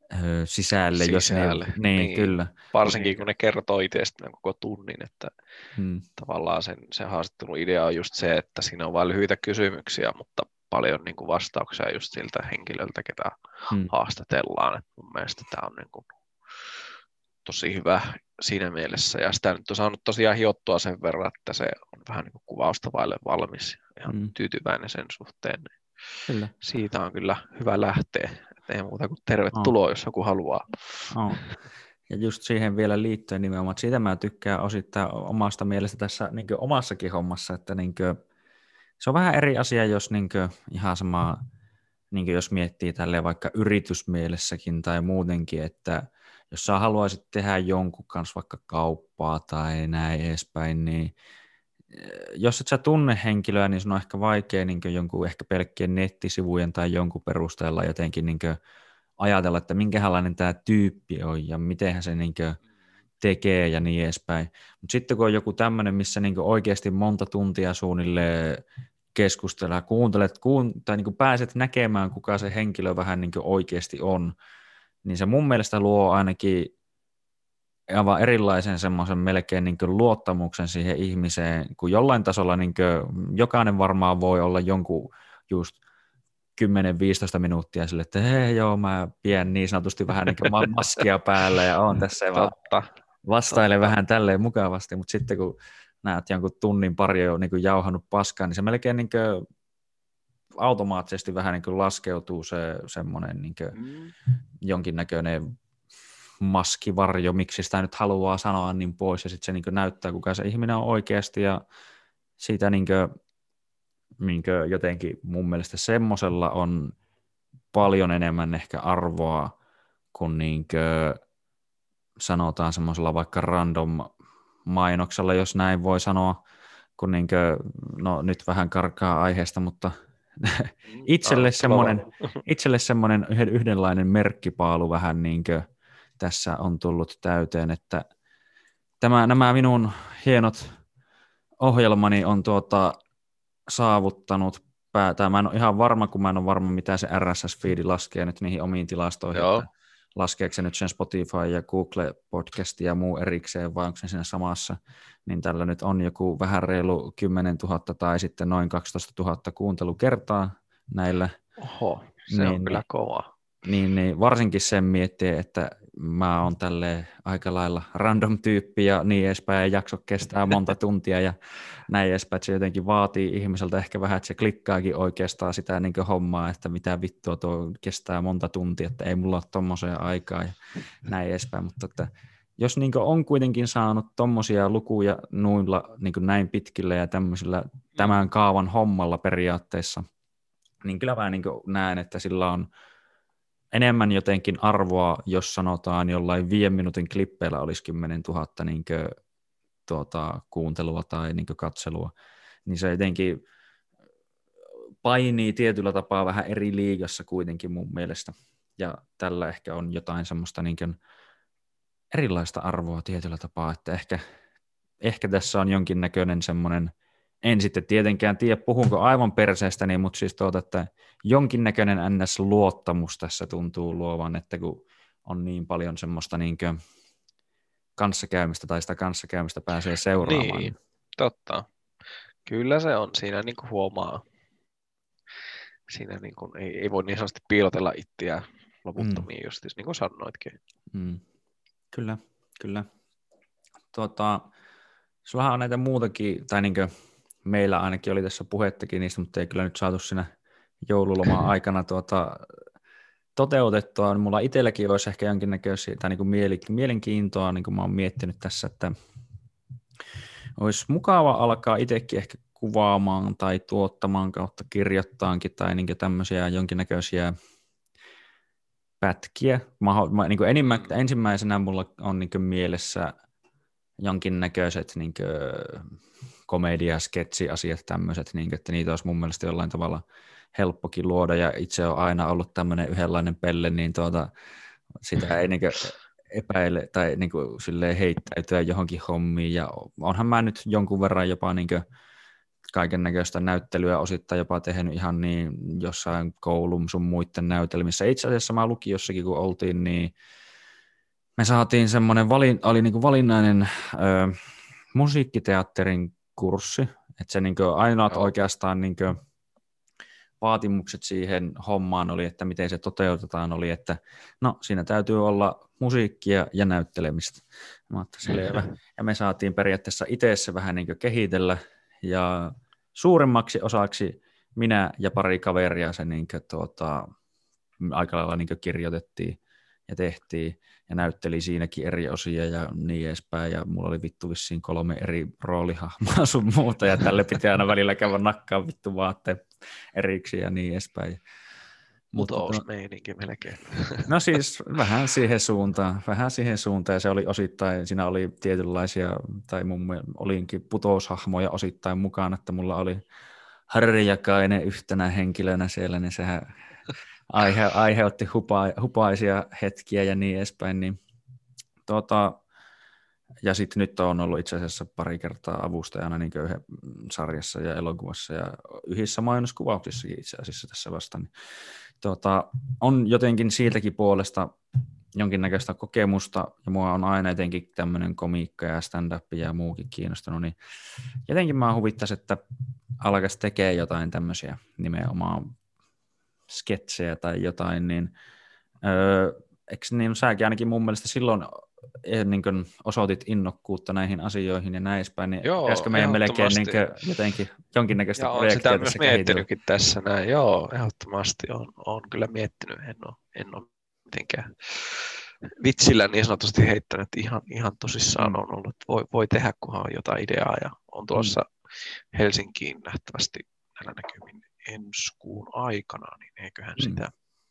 ö, sisälle, jos ne, sisälle. niin, Niin. kyllä. Varsinkin Kuitenkin. kun ne kertoo itse koko tunnin, että Hmm. tavallaan sen, se haastattelun idea on just se, että siinä on vain lyhyitä kysymyksiä, mutta paljon niin kuin vastauksia just siltä henkilöltä, ketä Hmm. haastatellaan. Et mun mielestä tämä on niin kuin tosi hyvä siinä mielessä, ja sitä nyt on saanut tosiaan hiottua sen verran, että se on vähän niin kuin kuvausta vaille valmis, ihan Hmm. tyytyväinen sen suhteen. Kyllä. Siitä on kyllä hyvä lähteä, että ei muuta kuin tervetuloa, Oh. jos joku haluaa. Oh. Ja just siihen vielä liittyen nimenomaan, että siitä mä tykkään osittain omasta mielestä tässä niin omassakin hommassa, että niin kuin, se on vähän eri asia, jos niin kuin, ihan sama, niin kuin jos miettii tälleen vaikka yritysmielessäkin tai muutenkin, että jos sä haluaisit tehdä jonkun kanssa vaikka kauppaa tai näin edespäin, niin jos et sä tunne henkilöä, niin sun on ehkä vaikea niin kuin jonkun ehkä pelkkien nettisivujen tai jonkun perusteella jotenkin niin kuin ajatella, että minkälainen tämä tyyppi on ja miten se niin kuin tekee ja niin edespäin. Mutta sitten kun on joku tämmöinen, missä niin kuin oikeasti monta tuntia suunnilleen keskustellaan, kuuntelet kuun, tai niin kuin pääset näkemään, kuka se henkilö vähän niin kuin oikeasti on, niin se mun mielestä luo ainakin aivan erilaisen semmoisen melkein niin kuin luottamuksen siihen ihmiseen, kun jollain tasolla niin kuin, jokainen varmaan voi olla jonkun just kymmenen viisitoista minuuttia sille, että hei joo, mä pidän niin sanotusti vähän niin kuin maskia päällä ja oon tässä vaan vastailen Totta. vähän tälleen mukavasti, mutta sitten kun näet jonkun tunnin pari jo niin kuin jauhannut paskaa, niin se melkein niin kuin automaattisesti vähän niin kuin laskeutuu se semmoinen niin kuin Mm. jonkinnäköinen maskivarjo, miksi sitä nyt haluaa sanoa niin pois, ja sitten se niin kuin näyttää, kuka se ihminen on oikeasti, ja siitä niin kuin, niin kuin jotenkin mun mielestä semmosella on paljon enemmän ehkä arvoa kuin, niin kuin sanotaan semmoisella vaikka random mainoksella, jos näin voi sanoa, kun niin kuin, no nyt vähän karkaa aiheesta, mutta itselle semmoinen, itselle semmoinen yhdenlainen merkkipaalu vähän niin kuin tässä on tullut täyteen, että tämä, nämä minun hienot ohjelmani on tuota saavuttanut päätään. Mä en ole ihan varma, kun mä en ole varma, mitä se R S S-feedi laskee nyt niihin omiin tilastoihin, Joo. että laskeeko se nyt sen Spotify ja Google Podcast ja muu erikseen, vai onko se siinä samassa, niin tällä nyt on joku vähän reilu kymmenen tuhatta tai sitten noin kaksitoista tuhatta kuuntelukertaa näillä. Oho, se niin, on kyllä kova. Niin, niin varsinkin sen miettii, että mä oon tälleen aika lailla random tyyppi ja niin edespäin, ja jakso kestää monta tuntia ja näin edespäin, että se jotenkin vaatii ihmiseltä ehkä vähän, että se klikkaakin oikeastaan sitä niin kuin hommaa, että mitä vittua tuo kestää monta tuntia, että ei mulla ole tommoseen aikaa ja näin edespäin, mutta että jos niin kuin on kuitenkin saanut tommosia lukuja nuilla niin kuin näin pitkillä ja tämmöisillä tämän kaavan hommalla periaatteessa, niin kyllä mä niin kuin näen, että sillä on enemmän jotenkin arvoa, jos sanotaan jollain viiden minuutin klippeillä olisi kymmenen tuhatta niin kuin, tuota, kuuntelua tai niin kuin katselua, niin se jotenkin painii tietyllä tapaa vähän eri liigassa kuitenkin mun mielestä, ja tällä ehkä on jotain semmoista niin kuin erilaista arvoa tietyllä tapaa, että ehkä, ehkä tässä on jonkinnäköinen semmoinen, en sitten tietenkään tiedä, puhunko aivan perseestäni, mutta siis tuota, että jonkinnäköinen N S-luottamus tässä tuntuu luovan, että kun on niin paljon semmoista niin kuin kanssakäymistä tai sitä kanssakäymistä pääsee seuraamaan. Niin, totta. Kyllä se on. Siinä niin kuin huomaa. Siinä niin kuin ei, ei voi niin sanotusti piilotella itseään loputtomiin, mm. just niin kuin sanoitkin. Mm. Kyllä, kyllä. Tuota, sullahan on näitä muutakin, tai niin kuin meillä ainakin oli tässä puhettakin niistä, mutta ei kyllä nyt saatu siinä joululoman aikana tuota, toteutettua. Mulla itselläkin olisi ehkä jonkinnäköisiä tai niin kuin mielenkiintoa, niin kuin mä oon miettinyt tässä, että olisi mukava alkaa itsekin ehkä kuvaamaan tai tuottamaan kautta kirjoittaankin tai niin kuin tämmöisiä jonkinnäköisiä pätkiä. Mä, mä, niin kuin enimmä, ensimmäisenä mulla on niin kuin mielessä jonkinnäköiset niin kuin komedia, sketsi-asiat tämmöiset, niin kuin, että niitä olisi mun mielestä jollain tavalla helppokin luoda, ja itse on aina ollut tämmöinen yhdenlainen pelle, niin tuota, sitä ei niin kuin epäile tai niin kuin silleen heittäytyä johonkin hommiin, ja onhan mä nyt jonkun verran jopa niin kuin kaiken näköistä näyttelyä osittain jopa tehnyt ihan niin jossain koulun sun muiden näytelmissä. Itse asiassa mä lukiossakin kun oltiin, niin me saatiin semmoinen, valin, oli niin kuin valinnainen ö, musiikkiteatterin kurssi, että se niin kuin ainoat Joo. oikeastaan niin kuin vaatimukset siihen hommaan oli, että miten se toteutetaan, oli, että no siinä täytyy olla musiikkia ja näyttelemistä. Mä oon, selvä. Ja me saatiin periaatteessa itse se vähän niin kuin kehitellä, ja suurimmaksi osaksi minä ja pari kaveria se niin kuin, tuota, aika lailla niin kuin kirjoitettiin ja tehtiin, ja näytteli siinäkin eri osia ja niin edespäin, ja mulla oli vittu vissiin kolme eri roolihahmoa sun muuta, ja tälle pitää aina välillä käydä nakkaan vittu vaatteen eriksi ja niin edespäin. Mutousmeininki melkein. No siis vähän siihen suuntaan, vähän siihen suuntaan, ja se oli osittain, siinä oli tietynlaisia, tai mun mielestä olinkin putoushahmoja osittain mukana, että mulla oli Harri Jakainen yhtenä henkilönä siellä, niin sehän aihe, aiheutti hupa, hupaisia hetkiä ja niin edespäin, niin tuota, ja sitten nyt on ollut itse asiassa pari kertaa avustajana niin köyhä sarjassa ja elokuvassa ja yhdessä mainoskuvauksissakin itse asiassa tässä vasta. Niin, tuota, on jotenkin siitäkin puolesta jonkinnäköistä kokemusta, ja mua on aina jotenkin tämmöinen komiikka ja stand-up ja muukin kiinnostunut, niin jotenkin mä huvittaisi, että alkaisi tekemään jotain tämmöisiä nimenomaan sketsejä tai jotain, niin öö, eikö niin, säkin ainakin mun mielestä silloin niin kuin osoitit innokkuutta näihin asioihin ja näin edespäin, niin Joo, pitäisikö meidän melkein niin kuin jotenkin jonkinnäköistä ja projektia on sitä tässä myös miettinytkin kehitellä? tässä näin. Joo, ehdottomasti on, on kyllä miettinyt. En ole, en ole mitenkään vitsillä niin sanotusti heittänyt. Ihan, ihan tosissaan Mm. on ollut, että voi, voi tehdä, kunhan on jotain ideaa. Ja on tulossa Mm. Helsinkiin nähtävästi näillä näkymin ensi kuun aikana, niin eiköhän Mm. sitä.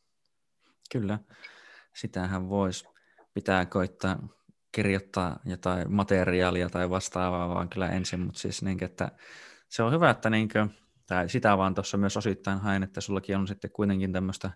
Kyllä, sitähän voisi pitää koittaa kirjoittaa jotain materiaalia tai vastaavaa vaan kyllä ensin, mutta siis niin, että se on hyvä, että niin kuin, tai sitä vaan tuossa myös osittain hain, että sullakin on sitten kuitenkin tämmöistä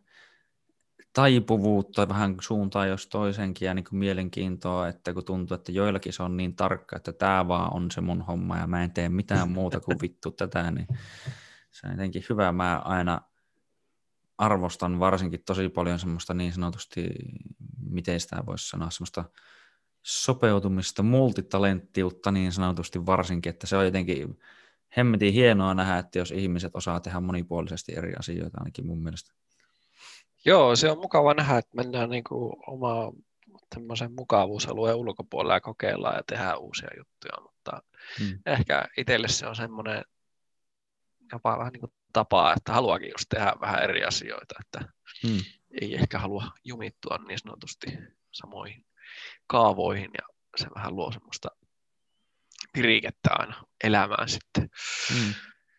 taipuvuutta vähän suuntaan jos toisenkin ja niin kuin mielenkiintoa, että kun tuntuu, että joillakin se on niin tarkka, että tämä vaan on se mun homma ja mä en tee mitään muuta kuin vittu tätä, niin se on jotenkin hyvä. Mä aina arvostan varsinkin tosi paljon semmoista niin sanotusti, miten sitä voisi sanoa, semmoista sopeutumista, multitalenttiutta niin sanotusti varsinkin, että se on jotenkin hemmetin hienoa nähdä, että jos ihmiset osaa tehdä monipuolisesti eri asioita ainakin mun mielestä. Joo, se on mukava nähdä, että mennään niin kuin omaa tämmöisen mukavuusalueen ulkopuolella ja kokeillaan ja tehdään uusia juttuja, mutta hmm. ehkä itselle se on semmoinen jopa vähän niin kuin tapa, että haluakin just tehdä vähän eri asioita, että hmm. ei ehkä halua jumittua niin sanotusti samoihin kaavoihin ja se vähän luo semmoista virikettä aina elämään sitten. Hmm.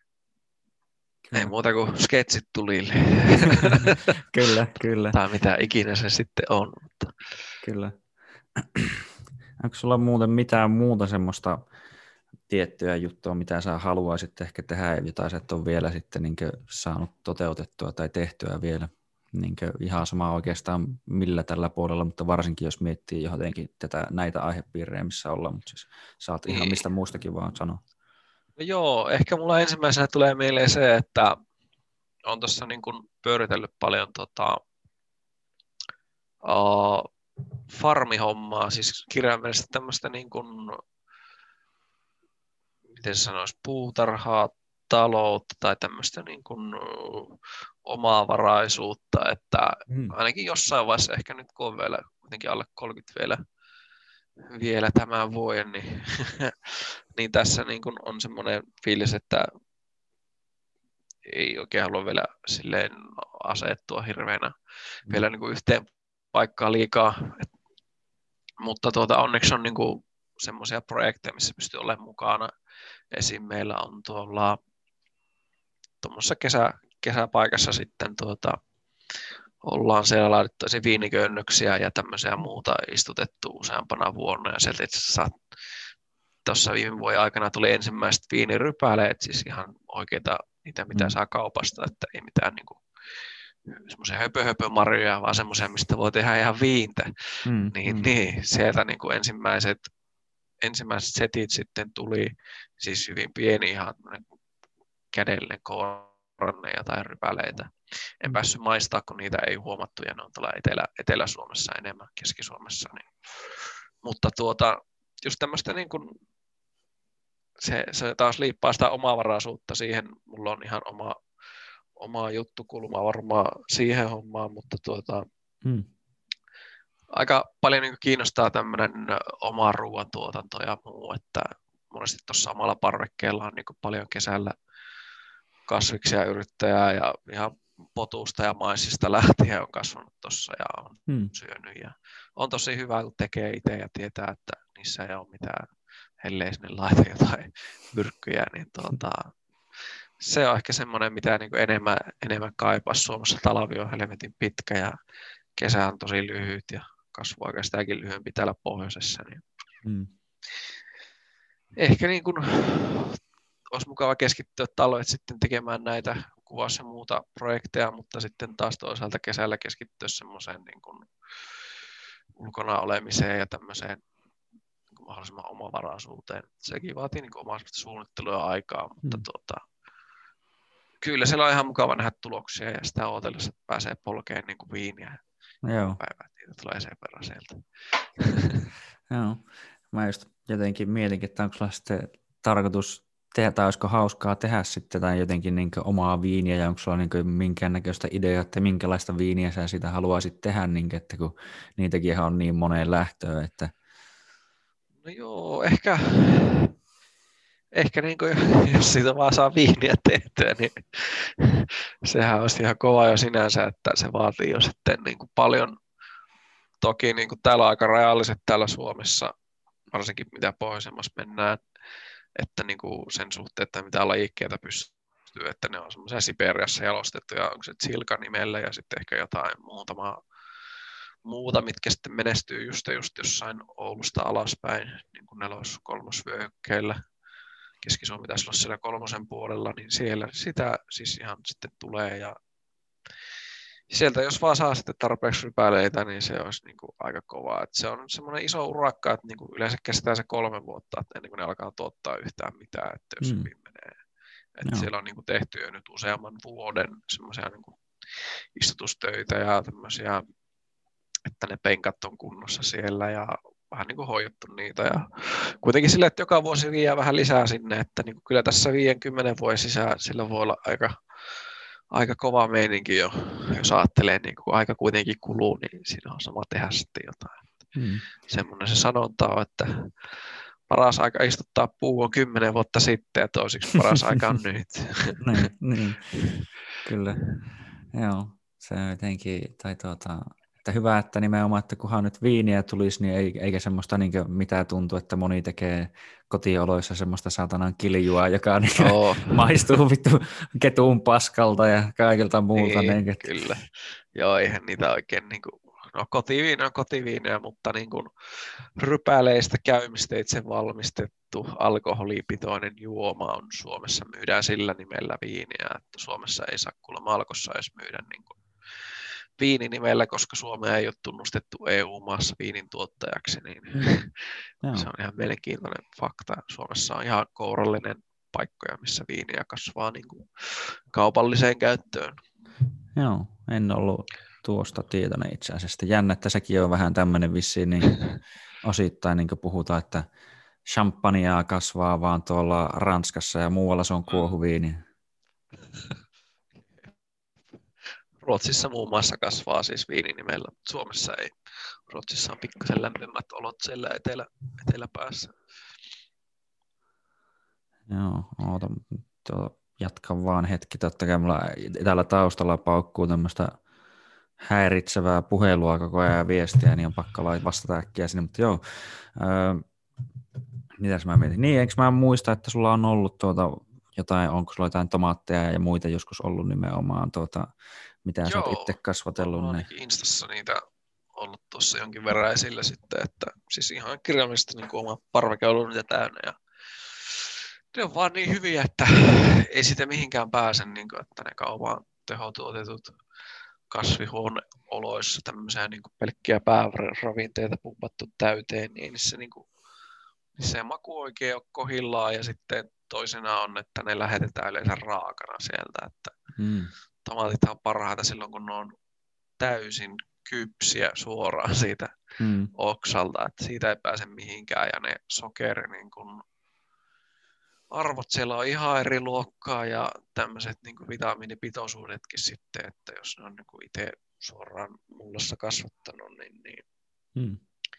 Ei muuta kuin sketsit tulille. Kyllä, kyllä. Tai mitä ikinä se sitten on. Mutta. Kyllä. Onko sulla muuten mitään muuta semmoista tiettyä juttua, mitä sä haluaisit ehkä tehdä, jota sä et ole vielä sitten niin saanut toteutettua tai tehtyä vielä? Niin ihan sama oikeastaan millä tällä puolella, mutta varsinkin jos miettii jotenkin tätä, näitä aihepiirejä, missä ollaan, mutta siis saat ihan mistä muustakin vaan sanoa. No joo, ehkä mulla ensimmäisenä tulee mieleen se, että on tuossa niin kuin pyöritellyt paljon tota, uh, farmihommaa, siis kirjaimellisesti tämmöistä niin kuin, miten se sanoisi, puutarhaa, taloutta tai tämmöistä niin kuin omavaraisuutta, että hmm. ainakin jossain vaiheessa, ehkä nyt kun on vielä kuitenkin alle kolmekymmentä vielä, vielä tämän vuoden, niin, niin tässä niin kuin on semmoinen fiilis, että ei oikein halua vielä silleen asettua hirveänä hmm. vielä niin kuin yhteen paikkaan liikaa, Et, mutta tuota, onneksi on niin kuin semmoisia projekteja, missä pystyy olemaan mukana. Esim. Meillä on tuolla tuommoisessa kesä, kesäpaikassa sitten tuota, ollaan siellä laitettu viiniköynnöksiä ja tämmöisiä muuta istutettu useampana vuonna. Ja sieltä itse asiassa tuossa viime vuoden aikana tuli ensimmäiset viinirypäleet, siis ihan oikeita niitä, mitä mm. saa kaupasta, että ei mitään niin kuin semmoisia höpö-höpö-marjoja, vaan semmoisia, mistä voi tehdä ihan viintä. Mm, niin, mm. niin sieltä niin kuin ensimmäiset, ensimmäiset setit sitten tuli, siis hyvin pieni, ihan kädellinen kooranneja tai rypäleitä. En päässyt maistaa, kun niitä ei huomattu, ja ne on tuolla Etelä, Etelä-Suomessa enemmän, Keski-Suomessa. Niin. Mutta tuota, just tämmöistä niin kuin, se, se taas liippaa sitä omavaraisuutta siihen. Mulla on ihan oma, oma juttukulma varmaan siihen hommaan, mutta tuota, hmm. aika paljon niin kuin kiinnostaa tämmöinen oma ruoantuotanto ja muu, että monesti tuossa omalla parvekkeella on niin kuin paljon kesällä kasviksia yrittäjää ja ihan potusta ja maissista lähtien on kasvanut tuossa ja on hmm. syönyt. Ja on tosi hyvä, kun tekee itse ja tietää, että niissä ei ole mitään, ellei sinne laita jotain myrkkyjä, niin tuota, se on ehkä semmoinen, mitä niin kuin enemmän, enemmän kaipaa. Suomessa talvi on helvetin pitkä ja kesä on tosi lyhyt ja kasvuaika sitäkin lyhyempi täällä pohjoisessa. Niin hmm. Ehkä niin kuin olisi mukava keskittyä talvet sitten tekemään näitä kuvaus- ja muuta projekteja, mutta sitten taas toisaalta kesällä keskittyä semmoiseen niin kuin ulkona olemiseen ja tämmöiseen niin kuin mahdollisimman omavaraisuuteen. Sekin vaatii niin kuin omaa suunnittelua ja aikaa, mutta mm. tuota, kyllä siellä on ihan mukava nähdä tuloksia ja sitä odotellessa, että pääsee polkeen niin kuin viiniä. Joo. Päivää, niitä tulee sen verran sieltä. Joo. Mä just jotenkin mietinkin, että onko sulla sitten tarkoitus tehdä, tai olisiko hauskaa tehdä sitten tai jotenkin niin omaa viiniä, ja onko sulla niin minkäännäköistä ideaa, että minkälaista viiniä sä sitä haluaisit tehdä, niin että kun niitäkin on niin moneen lähtöön, että... No joo, ehkä, ehkä niin kuin, jos siitä vaan saa viiniä tehtyä, niin sehän olisi ihan kova jo sinänsä, että se vaatii jo sitten niin kuin paljon, toki niin kuin täällä on aika rajalliset täällä Suomessa, varsinkin mitä pohjoisemmassa mennään, että niinku sen suhteen, että mitä lajikkeita pystyy, että ne on semmoisia Siperiassa jalostettuja, onko se Silka nimellä ja sitten ehkä jotain muutamaa muuta, mitkä sitten menestyy just, just jossain Oulusta alaspäin, niin kuin nelos- kolmosvyöhykkeillä. Keski-Suomi taisi olla siellä kolmosen puolella, niin siellä sitä siis ihan sitten tulee ja sieltä jos vaan saa sitten tarpeeksi rypäleitä, niin se olisi niin kuin aika kovaa. Että se on semmoinen iso urakka, että niin kuin yleensä kestää se kolme vuotta, että ennen kuin ne alkaa tuottaa yhtään mitään, että jos mm. hyvin menee. Että siellä on niin kuin tehty jo nyt useamman vuoden semmoisia niin kuin istutustöitä ja tämmöisiä, että ne penkat on kunnossa siellä ja vähän niin kuin hoidettu niitä. Ja kuitenkin sille, että joka vuosi viiää vähän lisää sinne, että niin kuin kyllä tässä viidenkymmenen vuoden sisään sillä voi olla aika aika kova meininki jo, jos ajattelee, niin kun aika kuitenkin kuluu, niin siinä on sama tehdä sitten jotain. Hmm. Semmoinen se sanonta on, että paras aika istuttaa puu on kymmenen vuotta sitten ja toisiksi paras aika on nyt. niin, niin, kyllä. Joo, se on jotenkin, tai tuota, että hyvä, että nimenomaan, että kunhan nyt viiniä tulisi, niin ei, eikä semmoista niin mitä tuntuu, että moni tekee kotioloissa semmoista saatanan kiljua, joka niin oh. maistuu vittu ketuun paskalta ja kaikilta muulta. Niin, niin, kyllä. Joo, eihän niitä oikein, niin kuin, no kotiviina on kotiviiniä, mutta niin kuin rypäleistä käymistä itse valmistettu alkoholipitoinen juoma on Suomessa, myydään sillä nimellä viiniä, että Suomessa ei saa kuulemma Alkossa edes myydä niin kuin viininimellä, koska Suomea ei ole tunnustettu E U-maassa viinin tuottajaksi, niin mm. se on ihan mielenkiintoinen fakta. Suomessa on ihan kourallinen paikkoja, missä viiniä kasvaa niin kuin kaupalliseen käyttöön. Joo, en ollut tuosta tietoinen itse asiassa. Jännä, että sekin on vähän tämmöinen vissiin, niin osittain niin kuin puhutaan, että champagnea kasvaa vaan tuolla Ranskassa ja muualla se on kuohuviini. Ruotsissa muun muassa kasvaa siis viininimellä, mutta Suomessa ei. Ruotsissa on pikkasen lämpimät olot siellä etelä, eteläpäässä. Joo, oota, tuo, jatkan vaan hetki. Totta kai mulla täällä taustalla paukkuu tämmöistä häiritsevää puhelua koko ajan ja viestiä, niin on pakko vastata äkkiä sinne. Mutta joo, öö, mitäs mä mietin? Niin, eikö mä muista, että sulla on ollut tuota jotain, onko sulla jotain tomaatteja ja muita joskus ollut nimenomaan, tuota, mitä sä oot itse kasvatellut? Joo, ainakin Instassa niitä ollut tuossa jonkin verran esillä sitten, että siis ihan kirjaimellisesti niin kuin oma parveke on ollut niitä täynnä ja ne on vaan niin hyviä, että ei sitä mihinkään pääse, niin kuin, että ne kaupan tehotuotetut kasvihuoneoloissa tämmöisiä niin kuin pelkkiä pääravinteita pumpattu täyteen, niin se, niin kuin, se maku oikein on kohillaan ja sitten toisena on, että ne lähetetään yleensä raakana sieltä. Että Mm. tomaatit on parhaita silloin, kun ne on täysin kypsiä suoraan siitä Mm. oksalta, että siitä ei pääse mihinkään. Ja ne sokeri, niin kun arvot siellä on ihan eri luokkaa ja tämmöiset niin kuin vitamiinipitoisuudetkin sitten, että jos ne on niin kuin itse suoraan mullassa kasvattanut, niin, niin Mm.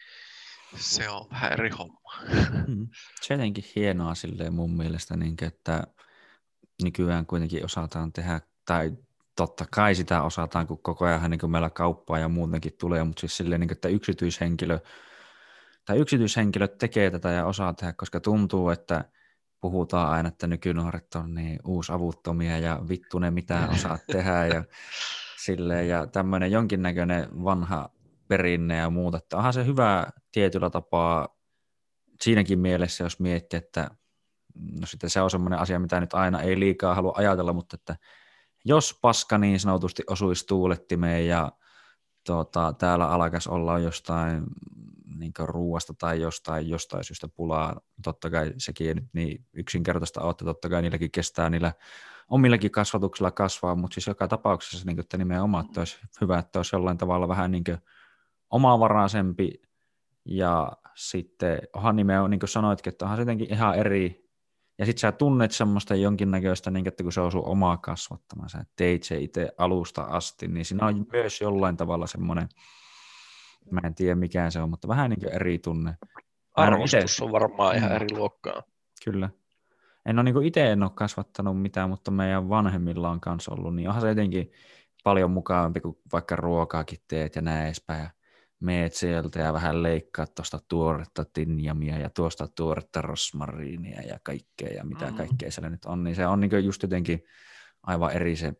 se on vähän eri homma. Mm. Se jotenkin hienoa silleen mun mielestä, niin, että nykyään kuitenkin osataan tehdä, tai totta kai sitä osataan, kun koko ajan niin meillä kauppaa ja muutenkin tulee, mutta siis silleen, niin kuin, että yksityishenkilö tai yksityishenkilöt tekee tätä ja osaa tehdä, koska tuntuu, että puhutaan aina, että nykynuoret on niin uusavuttomia ja vittu ne mitään osaa tehdä ja silleen, ja tämmöinen jonkinnäköinen vanha perinne ja muuta, että onhan se hyvä tietyllä tapaa siinäkin mielessä, jos miettii, että no sitten se on semmoinen asia, mitä nyt aina ei liikaa halua ajatella, mutta että jos paska niin sanotusti osuisi tuulettimeen ja tuota, täällä alkaisi olla jostain niin ruuasta tai jostain, jostain syystä pulaa, totta kai sekin ei nyt niin yksinkertaista ole, että totta kai niilläkin kestää niillä omillakin kasvatuksilla kasvaa, mutta siis joka tapauksessa niin kuin, että nimenomaan että olisi hyvä, että olisi jollain tavalla vähän niin kuin omavaraisempi ja sitten onhan nimenomaan, niin kuin sanoitkin, että onhan se jotenkin ihan eri. Ja sitten sä tunnet semmoista jonkinnäköistä, niin että kun se on sun omaa kasvattama, sä teit se itse alusta asti, niin siinä on myös jollain tavalla semmoinen, mä en tiedä mikä se on, mutta vähän niin kuin eri tunne. Arvostus on varmaan ihan mm, eri luokkaa. Kyllä. En ole niin itse en ole kasvattanut mitään, mutta meidän vanhemmilla on kanssa ollut, niin onhan se jotenkin paljon mukavampi, kuin vaikka ruokaakin teet ja näin edespäin. Ja meet sieltä ja vähän leikkaat tuosta tuoretta tinjamia ja tuosta tuoretta rosmariinia ja kaikkea ja mitä mm. kaikkea siellä nyt on, niin se on niin just jotenkin aivan eri se.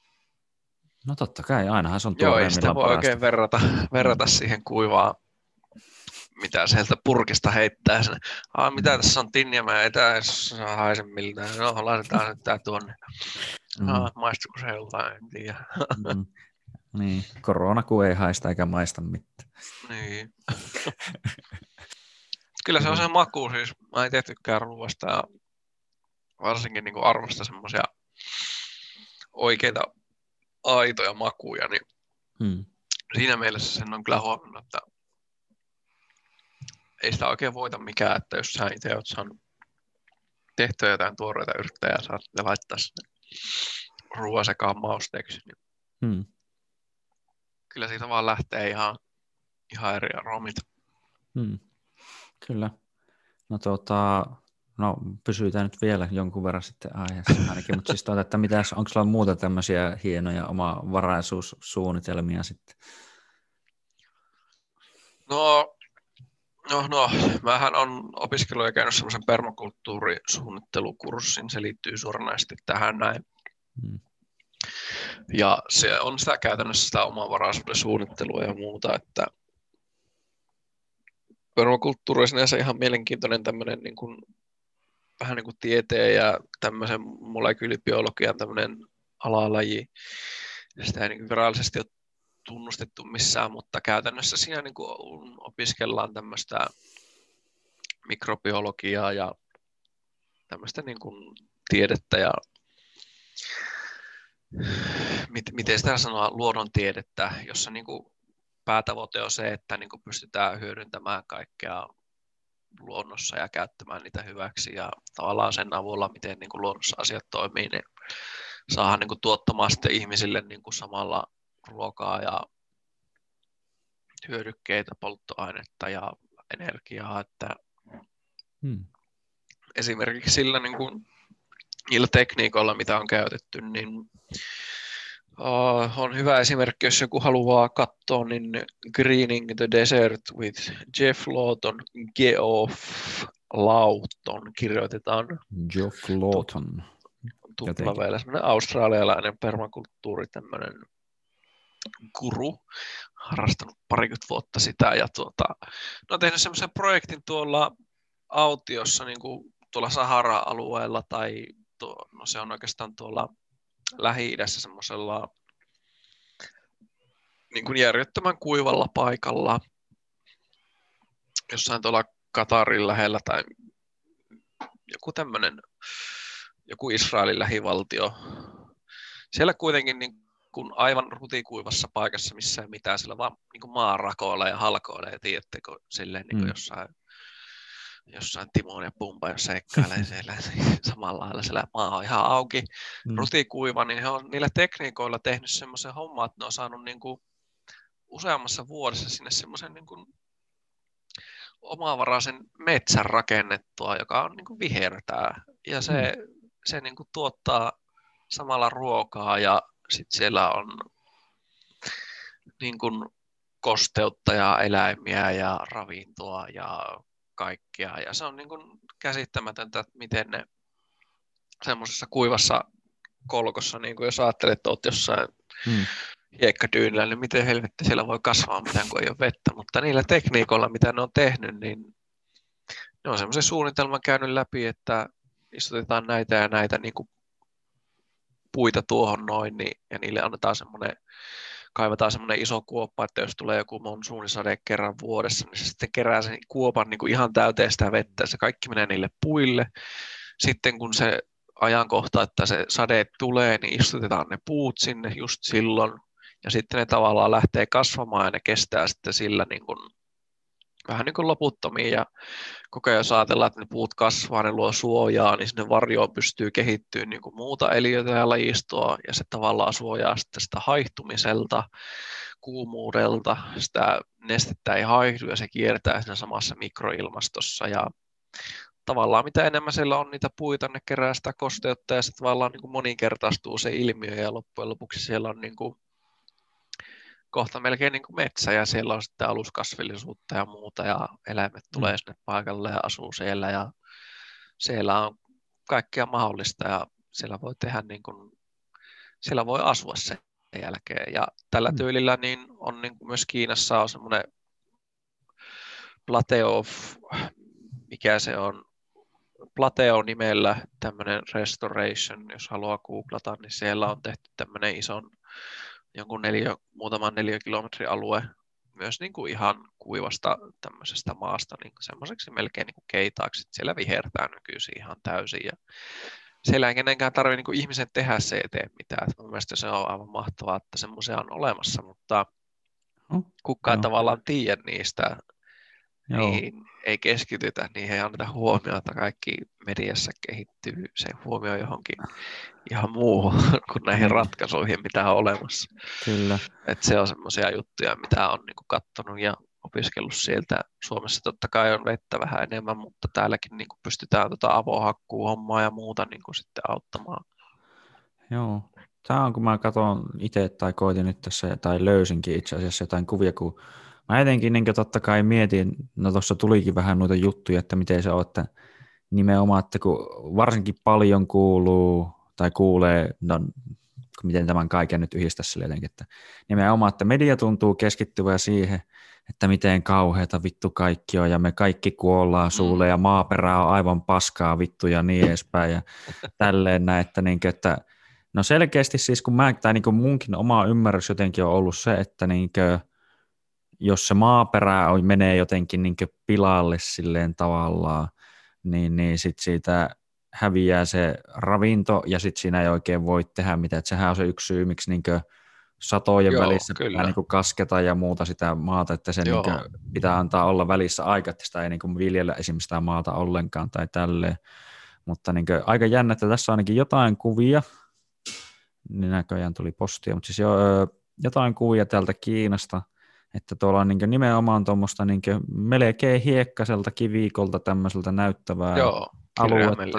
No totta kai, ainahan se on Joo, ei sitä voi parasta. oikein verrata, verrata siihen kuivaan, mitä sieltä purkista heittää. Sen. Ah, mitä tässä on tinjamia, ei tämä saa haise miltään. No, laitetaan nyt tää tuonne. Mm. Ah, maistuuko se jollain, en tiedä. Mm. Niin, korona kun ei haista eikä maista mitään. Niin. Kyllä se on se maku, siis mä en itse tykkää ruuasta ja varsinkin niin arvosta semmoisia oikeita aitoja makuja, niin hmm. siinä mielessä sen on kyllä huomannut, että ei sitä oikein voita mikään, että jos sä itse oot saanut tehtyä jotain tuoreita yrttejä ja saat ne laittaa sinne ruoan sekaan mausteeksi, niin hmm. kyllä siitä vaan lähtee ihan, ihan eri aromit. Hmm. Kyllä. No tota, no pysytään nyt vielä jonkun verran sitten aiheessa ainakin, mutta siis tuota, että mitäs, onko sulla muuta tämmöisiä hienoja omavaraisuussuunnitelmia sitten? No, no, no, mähän on opiskellut ja käynyt semmoisen permakulttuurisuunnittelukurssin, se liittyy suoranaisesti tähän näin. Hmm. Ja se on sitä käytännössä sitä omavaraisuuden suunnittelua ja muuta, että permakulttuuri on sinänsä ihan mielenkiintoinen tämmöinen niin kuin, vähän niin kuin tieteen ja tämmöisen molekyylibiologian tämmöinen alalaji. Sitä ei niin virallisesti ole tunnustettu missään, mutta käytännössä siinä niin kuin opiskellaan tämmöistä mikrobiologiaa ja tämmöistä niin kuin tiedettä ja miten sitä sanoo, luonnontiedettä, jossa niin kuin päätavoite on se, että niin kuin pystytään hyödyntämään kaikkea luonnossa ja käyttämään niitä hyväksi ja tavallaan sen avulla, miten niin kuin luonnossa asiat toimii, niin saadaan niin kuin tuottamaan sitten ihmisille niin kuin samalla ruokaa ja hyödykkeitä, polttoainetta ja energiaa, että hmm. esimerkiksi sillä niin kuin, niillä tekniikoilla, mitä on käytetty, niin Uh, on hyvä esimerkki, jos joku haluaa katsoa, niin Greening the Desert with Jeff Lawton, Geoff Lawton kirjoitetaan. Geoff Lawton. Tuplaveellä, semmoinen australialainen permakulttuuri, tämmöinen guru, harrastanut parikymmentä vuotta sitä, ja tuota, ne on tehnyt semmoisen projektin tuolla autiossa, niin kuin tuolla Sahara-alueella, tai tuo, no se on oikeastaan tuolla Lähi-idässä semmoisella niin kuin järjettömän kuivalla paikalla, jossain tuolla Katarin lähellä tai joku tämmöinen joku Israelin lähivaltio. Siellä kuitenkin niin kun aivan rutikuivassa paikassa, missä ei mitään, siellä vaan niin maa rakoilee ja halkoilee, tiedättekö, silleen niin kuin mm. jossain, jossain Timon ja Pumpa, jos seikkailee siellä, niin samalla lailla siellä maa on ihan auki, mm. rutikuiva, niin he on niillä tekniikoilla tehnyt semmoisen homman, että ne on saanut niin kuin useammassa vuodessa sinne semmoisen niin kuin omavaraisen metsän rakennettua, joka on niin kuin vihertää, ja se, mm. se niin kuin tuottaa samalla ruokaa, ja sitten siellä on niin kuin kosteutta ja eläimiä ja ravintoa ja kaikkea. Ja se on niin kuin käsittämätöntä, että miten ne semmoisessa kuivassa kolkossa, niin kuin jos ajattelet, että olet jossain hmm. hiekkadyynillä, niin miten helvetti siellä voi kasvaa mitään, kun ei ole vettä. Mutta niillä tekniikoilla, mitä ne on tehnyt, niin ne on semmoisen suunnitelman käynyt läpi, että istutetaan näitä ja näitä niin kuin puita tuohon noin, niin, ja niille annetaan semmoinen, kaivetaan semmoinen iso kuoppa, että jos tulee joku monsuunisade kerran vuodessa, niin se sitten kerää sen kuopan niin kuin ihan täyteen sitä vettä, se kaikki menee niille puille. Sitten kun se ajankohta, että se sade tulee, niin istutetaan ne puut sinne just silloin, ja sitten ne tavallaan lähtee kasvamaan, ja ne kestää sitten sillä niin kuin, vähän niin kuin loputtomiin, ja koko ajan jos ajatellaan, että ne puut kasvaa, ne luo suojaa, niin sinne varjoon pystyy kehittymään niin kuin muuta eliötä ja lajistoa, ja se tavallaan suojaa sitten sitä haihtumiselta, kuumuudelta, sitä nestettä ei haihdu, ja se kiertää siinä samassa mikroilmastossa, ja tavallaan mitä enemmän siellä on niitä puita, ne kerää sitä kosteutta, ja se tavallaan niin kuin moninkertaistuu se ilmiö, ja loppujen lopuksi siellä on niin kuin kohta melkein niin kuin metsä, ja siellä on sitten aluskasvillisuutta ja muuta, ja eläimet tulee sinne paikalle ja asuu siellä, ja siellä on kaikkea mahdollista, ja siellä voi tehdä niin kuin, siellä voi asua sen jälkeen, ja tällä tyylillä niin on niin kuin myös Kiinassa on semmoinen Plateo, mikä se on, Plateo nimellä tämmöinen restoration, jos haluaa googlata, niin siellä on tehty tämmöinen ison jonkun neljä, muutaman neliökilometrin alue myös niin kuin ihan kuivasta tämmöisestä maasta niin semmoiseksi melkein niin kuin keitaaksi. Siellä vihertää nykyisin ihan täysin. Ja siellä ei kenenkään tarvitse niin kuin ihmisen tehdä se eteen mitään. Mun mielestä se on aivan mahtavaa, että semmoisia on olemassa, mutta kukaan no. tavallaan tiedä niistä. Niin ei keskitytä, niin ei anneta huomiota. Kaikki mediassa kehittyy se huomio johonkin ihan muuhun kuin näihin ratkaisuihin, mitä on olemassa. Kyllä. Et se on semmoisia juttuja, mitä on niinku katsonut ja opiskellut sieltä. Suomessa totta kai on vettä vähän enemmän, mutta täälläkin niinku pystytään tota avohakkuuhommaa ja muuta niinku sitten auttamaan. Joo. Tämä on, kun mä katson itse tai koitin nyt tässä, tai löysinkin itse asiassa jotain kuvia, kun mä etenkin niin totta kai mietin, no tuossa tulikin vähän noita juttuja, että miten se on, että nimenomaan, että kun varsinkin paljon kuuluu tai kuulee, no miten tämän kaiken nyt yhdistää sille jotenkin, että nimenomaan, että media tuntuu keskittyvän siihen, että miten kauheata vittu kaikki on ja me kaikki kuollaan suulle ja maaperä on aivan paskaa vittu ja niin edespäin ja tälleen näin, että, niin kuin, että no selkeästi siis kun mä, tai niin kuin munkin oma ymmärrys jotenkin on ollut se, että niin kuin, jos se maaperä menee jotenkin niin kuin pilalle silleen tavallaan, niin, niin sitten siitä häviää se ravinto ja sitten siinä ei oikein voi tehdä mitään. Et sehän on se yksi syy, miksi niin kuin satojen Joo, välissä kyllä. pitää niin kuin kasketa ja muuta sitä maata, että sen niin kuin pitää antaa olla välissä aika, että sitä ei niin kuin viljellä esimerkiksi sitä maata ollenkaan tai tälleen. Mutta niin kuin aika jännä, että tässä on ainakin jotain kuvia, niin näköjään tuli postia, mutta siis jo, jotain kuvia täältä Kiinasta, että tuolla on niin nimenomaan tuommoista niin melkein hiekkaselta kivikolta tämmöiseltä näyttävää Joo, aluetta.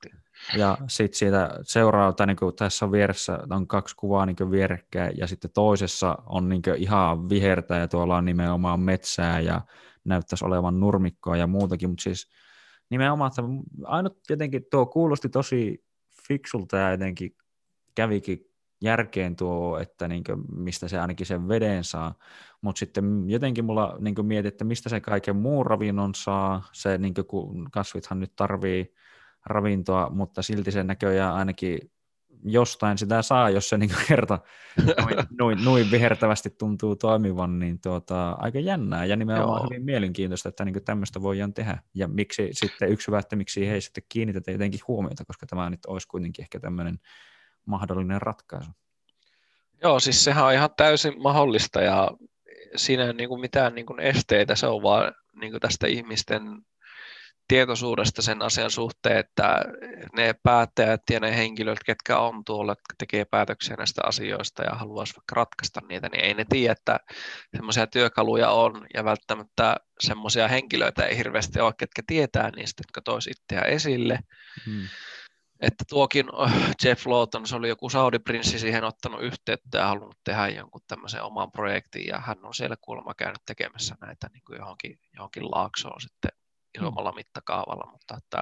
Ja sitten siitä seuraa, tai niin tässä on vieressä on kaksi kuvaa niin vierekkäin, ja sitten toisessa on niin ihan vihertä, ja tuolla on nimenomaan metsää, ja näyttäisi olevan nurmikkoa ja muutakin, mutta siis nimenomaan, että ainut jotenkin tuo kuulosti tosi fiksulta, ja jotenkin kävikin järkeen tuo, että niin kuin, mistä se ainakin sen veden saa, mutta sitten jotenkin mulla niin mietin, että mistä se kaiken muun ravinnon saa, se niin kuin, kun kasvithan nyt tarvii ravintoa, mutta silti se näköjään ainakin jostain sitä saa, jos se niin kerta noin, noin, noin vihertävästi tuntuu toimivan, niin tuota, aika jännää ja nimenomaan Joo. hyvin mielenkiintoista, että niin tämmöistä voidaan tehdä. Ja miksi sitten yksi hyvä, että miksi ei sitten kiinnitetä jotenkin huomiota, koska tämä nyt olisi kuitenkin ehkä tämmöinen mahdollinen ratkaisu. Joo, siis sehän on ihan täysin mahdollista ja siinä ei ole niin kuin mitään niin kuin esteitä, se on vaan niin kuin tästä ihmisten tietoisuudesta sen asian suhteen, että ne päättäjät ja ne henkilöt, ketkä on tuolla, jotka tekee päätöksiä näistä asioista ja haluaisi vaikka ratkaista niitä, niin ei ne tiedä, että semmoisia työkaluja on ja välttämättä semmoisia henkilöitä ei hirveästi ole, ketkä tietää niistä, jotka toisi itseään esille. Hmm. Että tuokin Jeff Lawton, se oli joku Saudi-prinssi siihen ottanut yhteyttä ja halunnut tehdä jonkun tämmöisen oman projektin ja hän on siellä kuulemma käynyt tekemässä näitä niin kuin johonkin, johonkin laaksoon sitten isommalla mittakaavalla, mutta että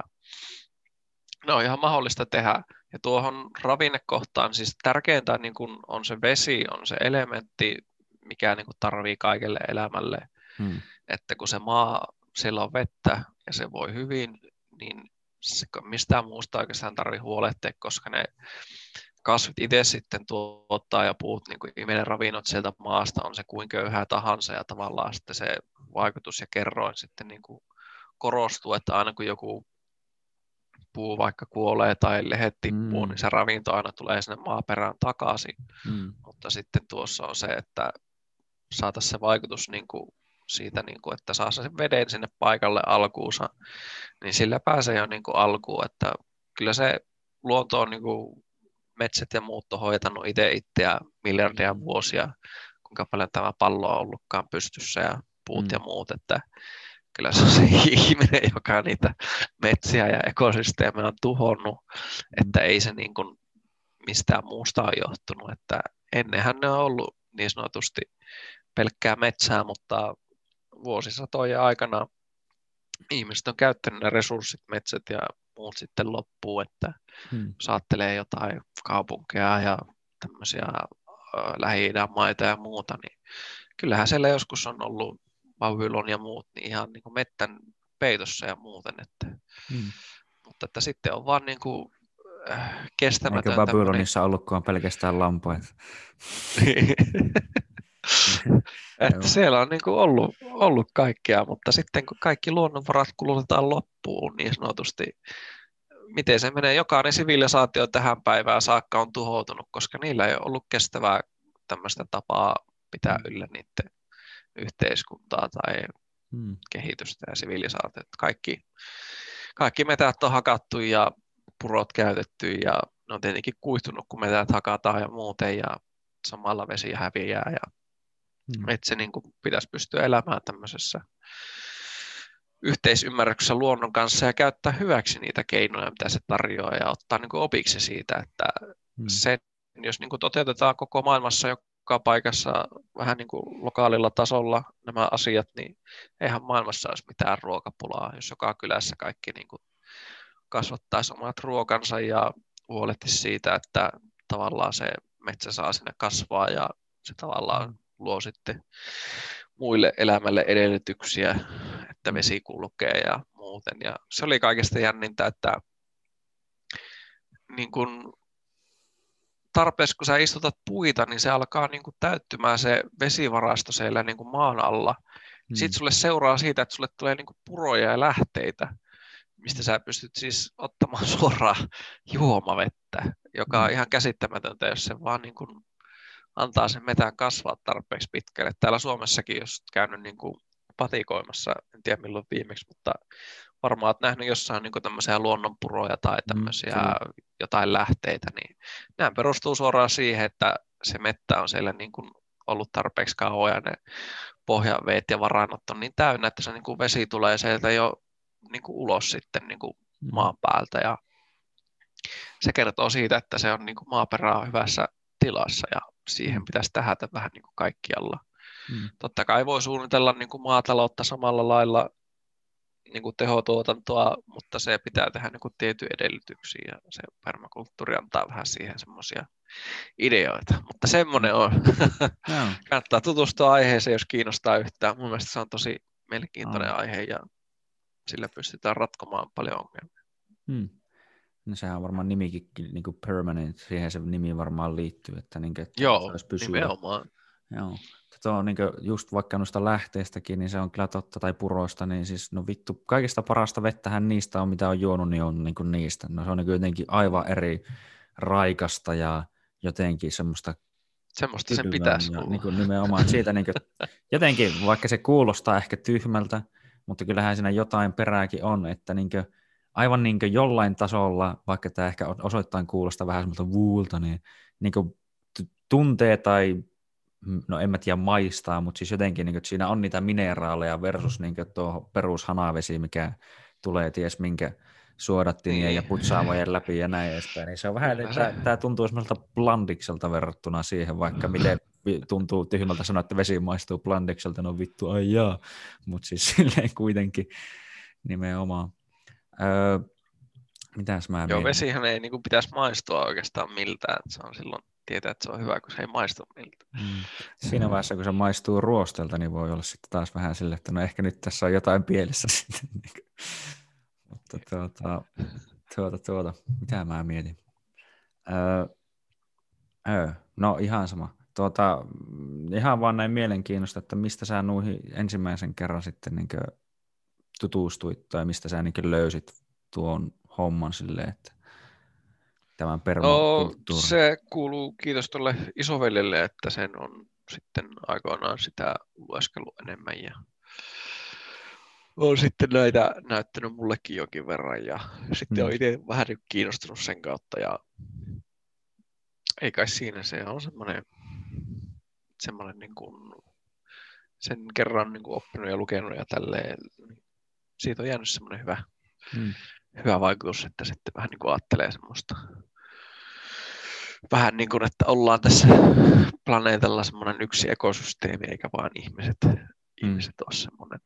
ne on ihan mahdollista tehdä. Ja tuohon ravinnekohtaan, siis tärkeintä niin kuin on se vesi, on se elementti, mikä niin kuin tarvii kaikelle elämälle. Hmm. Että kun se maa, siellä on vettä ja se voi hyvin, niin se, mistään muusta oikeastaan tarvitse huolehtia, koska ne kasvit itse sitten tuottaa ja puut niin kuin imee ravinnot sieltä maasta, on se kuin köyhää tahansa ja tavallaan sitten se vaikutus ja kerroin sitten niin kuin korostuu, että aina kun joku puu vaikka kuolee tai lehet tippuu, mm. niin se ravinto aina tulee sinne maaperään takaisin. Mm. Mutta sitten tuossa on se, että saataisiin se vaikutus niin kuin siitä, niin kuin, että saa sen veden sinne paikalle alkuunsa, niin sillä pääsee jo niin kuin alkuun. Että kyllä se luonto on niin kuin metsät ja muut on hoitanut itse itseään miljardia vuosia, kuinka paljon tämä pallo on ollutkaan pystyssä ja puut mm. ja muut, että kyllä se on se ihminen, joka niitä metsiä ja ekosysteemejä on tuhonnut, että ei se niin kuin mistään muusta ole johtunut, että ennenhän ne on ollut niin sanotusti pelkkää metsää, mutta vuosisatojen aikana ihmiset on käyttänyt ne resurssit, metsät ja muut sitten loppuu, että hmm. jos ajattelee jotain kaupunkeja ja tämmöisiä Lähi-idän maita ja muuta, niin kyllähän siellä joskus on ollut Babylon ja muut niin ihan niin kuin mettän peitossa ja muuten, että, hmm. mutta että sitten on vaan niin kuin äh, kestämätön. Eikö Babylonissa tämmöinen ollutkaan pelkästään lampaita? Että siellä on niin kuin ollut, ollut kaikkea, mutta sitten kun kaikki luonnonvarat kulutetaan loppuun niin sanotusti, miten se menee, jokainen sivilisaatio tähän päivään saakka on tuhoutunut, koska niillä ei ole ollut kestävää tämmöistä tapaa pitää yllä niiden yhteiskuntaa tai hmm. kehitystä ja sivilisaatiota. Kaikki, kaikki metät on hakattu ja purot käytetty ja ne on tietenkin kuihtunut, kun metät hakataan ja muuten ja samalla vesi häviää ja hmm. että se niin kuin pitäisi pystyä elämään tämmöisessä yhteisymmärryksessä luonnon kanssa ja käyttää hyväksi niitä keinoja, mitä se tarjoaa ja ottaa niin kuin opiksi siitä, että hmm. se, jos niin kuin toteutetaan koko maailmassa joka paikassa vähän niin kuin lokaalilla tasolla nämä asiat, niin eihän maailmassa olisi mitään ruokapulaa, jos joka kylässä kaikki niin kuin kasvattaisi omat ruokansa ja huolehtisi siitä, että tavallaan se metsä saa sinne kasvaa ja se tavallaan luo sitten muille elämälle edellytyksiä, että vesi kulkee ja muuten. Ja se oli kaikesta jännintä, että niin kun tarpeeksi kun sä istutat puita, niin se alkaa niin kuin täyttymään se vesivarasto siellä niin kuin maan alla. Hmm. Sitten sulle seuraa siitä, että sulle tulee niin kuin puroja ja lähteitä, mistä sä pystyt siis ottamaan suoraan juomavettä, joka on ihan käsittämätöntä, jos se vaan niin kuin antaa sen metän kasvaa tarpeeksi pitkälle. Täällä Suomessakin, jos olet käynyt niin kuin patikoimassa, en tiedä milloin viimeksi, mutta varmaan olet nähnyt jossain niin kuin tämmöisiä luonnonpuroja tai tämmöisiä mm, jotain lähteitä, niin nämä perustuu suoraan siihen, että se mettä on siellä niin kuin ollut tarpeeksi kauan ja ne pohjaveet ja varannot on niin täynnä, että se niin kuin vesi tulee sieltä jo niin kuin ulos sitten niin kuin mm. maan päältä ja se kertoo siitä, että se on niin kuin maaperä on hyvässä tilassa ja siihen mm. pitäisi tähätä vähän niin kuin kaikkialla. Mm. Totta kai voi suunnitella niin kuin maataloutta samalla lailla niin kuin tehotuotantoa, mutta se pitää tehdä niin kuin tietyn edellytyksiä ja se permakulttuuri antaa vähän siihen semmoisia ideoita. Mutta semmoinen on. No. Kannattaa tutustua aiheeseen, jos kiinnostaa yhtään. Mun mielestä se on tosi mielenkiintoinen no. aihe ja sillä pystytään ratkomaan paljon ongelmia. Hmm. No sehän on varmaan nimikin niin kuin permanent, siihen se nimi varmaan liittyy, että, niin kuin, että se Joo, olisi pysyvä. nimenomaan. Joo. Tuo on niin just vaikka noista lähteistäkin, niin se on kyllä totta, tai puroista, niin siis no vittu, kaikista parasta vettähän niistä on, mitä on juonut, niin on niin niistä. No se on niin jotenkin aivan eri raikasta ja jotenkin semmoista Semmoista sen kylmää pitäisi ja olla. niin kuin nimenomaan, että siitä niin kuin, jotenkin, vaikka se kuulostaa ehkä tyhmältä, mutta kyllähän siinä jotain perääkin on, että niin kuin, aivan niin kuin jollain tasolla, vaikka tämä ehkä osoittain kuulostaa vähän semmoista vuulta, niin, niin kuin tuntee tai no en mä tiedä maistaa, mutta siis jotenkin niin kuin, että siinä on niitä mineraaleja versus niin kuin, tuo perushanavesi, mikä tulee ties minkä suodattimien Niin. ja putsaavojen läpi ja näin edespäin. Niin se on vähän, Kyllä että se. tämä tuntuu semmoiselta blandikselta verrattuna siihen, vaikka miten tuntuu tyhmältä sanoa, että vesi maistuu blandikselta, no vittu, ai jaa, mutta siis silleen kuitenkin nimenomaan. Öö, mitäs mä Joo, mietin? vesihän ei niin kuin pitäisi maistua oikeastaan miltään, että se on silloin tietää, että se on hyvä, kun se ei maistu miltä. Mm. Siinä vaiheessa, kun se maistuu ruostelta, niin voi olla sitten taas vähän sille, että no ehkä nyt tässä on jotain pielessä sitten. Mutta tuota, tuota, tuota, mitä mä mietin? Öö, öö, no ihan sama. Tuota, ihan vaan näin mielenkiinnosta, että mistä sä nuihin ensimmäisen kerran sitten niin tutustuit tai mistä sä niin löysit tuon homman silleen, että tämän No, permakulttuurin. se kuuluu kiitos tuolle isoveljelle, että sen on sitten aikoinaan sitä lueskellut enemmän ja on sitten näitä näyttänyt mullekin jonkin verran ja sitten Mm. on itse vähän kiinnostunut sen kautta ja ei kai siinä, se on semmoinen, semmoinen niin kuin, sen kerran niin kuin oppinut ja lukenut ja tälleen, siitä on jäänyt semmoinen hyvä, Mm. hyvä vaikutus, että sitten vähän niin kuin ajattelee semmoista, vähän niin kuin, että ollaan tässä planeetalla semmoinen yksi ekosysteemi, eikä vain ihmiset, mm. ihmiset ole semmoinen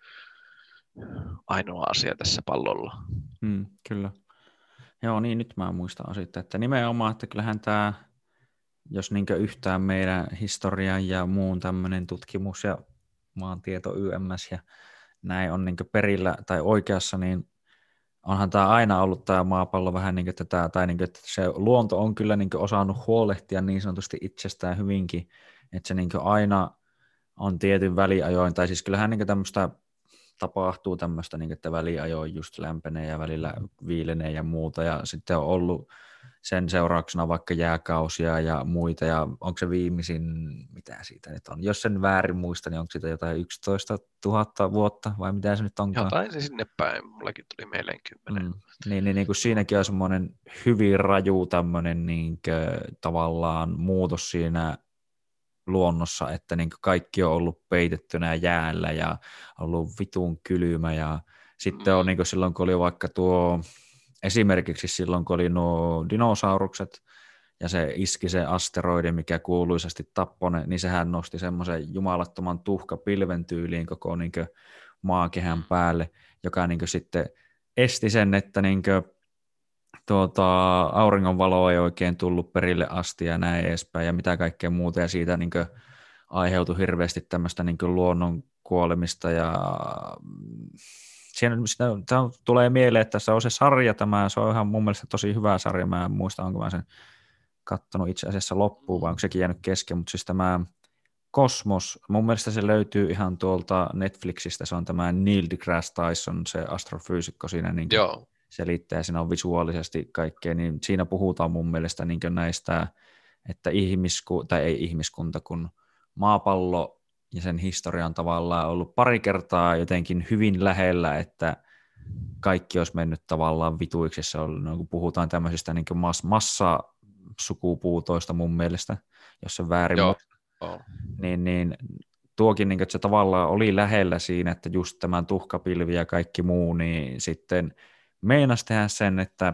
ainoa asia tässä pallolla. Mm, kyllä. Joo, niin nyt mä muistan osittain, että nimenomaan, että kyllähän tämä, jos niinkö yhtään meidän historian ja muun tämmöinen tutkimus ja maantieto Y M S ja näin on niinkö perillä tai oikeassa, niin onhan tämä aina ollut tämä maapallo vähän niin kuin tätä, tai niin kuin, että se luonto on kyllä niin kuin osannut huolehtia niin sanotusti itsestään hyvinkin, että se niin kuin aina on tietyn väliajoin, tai siis kyllähän niin kuin tämmöistä tapahtuu tämmöistä, niin että väliajoin just lämpenee ja välillä viilenee ja muuta, ja sitten on ollut sen seurauksena vaikka jääkausia ja muita, ja onko se viimeisin, mitä siitä nyt on, jos sen väärin muista, niin onko siitä jotain yksitoista tuhatta vuotta, vai mitä se nyt onkaan? Jotain se sinne päin, mullekin tuli mieleen kymmenen. Mm. Niin, niin, niin kuin siinäkin on semmoinen hyvin raju tämmöinen niin kuin, tavallaan muutos siinä luonnossa, että niin kaikki on ollut peitettynä jäällä ja ollut vitun kylmä ja sitten on niin kuin silloin, kun oli vaikka tuo, esimerkiksi silloin, kun oli nuo dinosaurukset ja se iski se asteroidi, mikä kuuluisasti tappoi ne, niin sehän nosti semmoisen jumalattoman tuhkapilven tyyliin koko niin kuin maakehän päälle, joka niin kuin sitten esti sen, että niin kuin tuota, auringonvalo ei oikein tullut perille asti ja näin edespäin ja mitä kaikkea muuta ja siitä niin kuin aiheutui hirveästi tämmöistä niin kuin luonnon kuolemista ja siinä, sitä, tämä tulee mieleen, että tässä on se sarja tämä, se on ihan mun mielestä tosi hyvä sarja, mä en muista onko mä sen kattonut itse asiassa loppuun vai onko sekin jäänyt kesken, mutta siis tämä Kosmos, mun mielestä se löytyy ihan tuolta Netflixistä, se on tämä Neil deGrasse Tyson, se astrofyysikko siinä niin Joo. selittää ja siinä on visuaalisesti kaikkea, niin siinä puhutaan mun mielestä niin näistä, että ihmisku, tai ei ihmiskunta, kun maapallo ja sen historia on tavallaan ollut pari kertaa jotenkin hyvin lähellä, että kaikki olisi mennyt tavallaan vituiksi, se on, no, kun puhutaan tämmöisistä niin mass, massasukupuutoista mun mielestä, jos se väärin Joo. Mu- niin, niin tuokin, niin, että se tavallaan oli lähellä siinä, että just tämän tuhkapilvi ja kaikki muu, niin sitten meinasi tehdä sen, että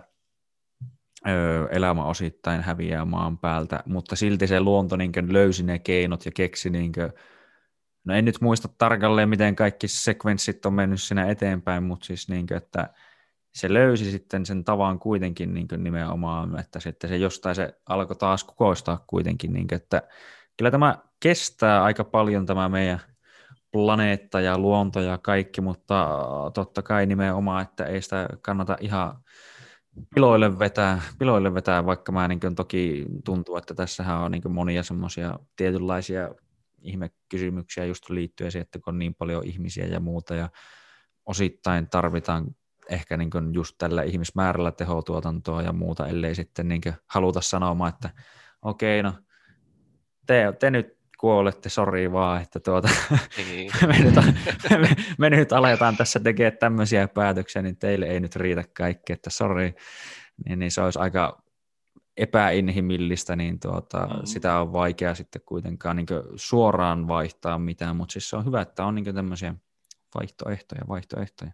ö, elämä osittain häviää maan päältä, mutta silti se luonto niin löysi ne keinot ja keksi, niin kuin, no en nyt muista tarkalleen, miten kaikki sekvenssit on mennyt siinä eteenpäin, mutta siis niin kuin, että se löysi sitten sen tavan kuitenkin niin kuin nimenomaan, että sitten se jostain se alkoi taas kukoistaa kuitenkin, niin kuin, että kyllä tämä kestää aika paljon tämä meidän planeetta ja luonto ja kaikki, mutta totta kai nimenomaan, että ei sitä kannata ihan piloille vetää, piloille vetää, vaikka mä niin toki tuntuu, että tässähän on niin monia semmoisia tietynlaisia ihmekysymyksiä just liittyen siihen, että kun on niin paljon ihmisiä ja muuta, ja osittain tarvitaan ehkä niin just tällä ihmismäärällä tehotuotantoa ja muuta, ellei sitten niin haluta sanomaan, että okei, no te, te nyt kuolette, sori vaan, että tuota, Niin. me, nyt, me, me nyt aletaan tässä tekemään tämmöisiä päätöksiä, niin teille ei nyt riitä kaikki, että sori, niin, niin se olisi aika epäinhimillistä, niin tuota, mm. sitä on vaikea sitten kuitenkaan niin suoraan vaihtaa mitään, mutta siis se on hyvä, että on niin tämmöisiä vaihtoehtoja, vaihtoehtoja.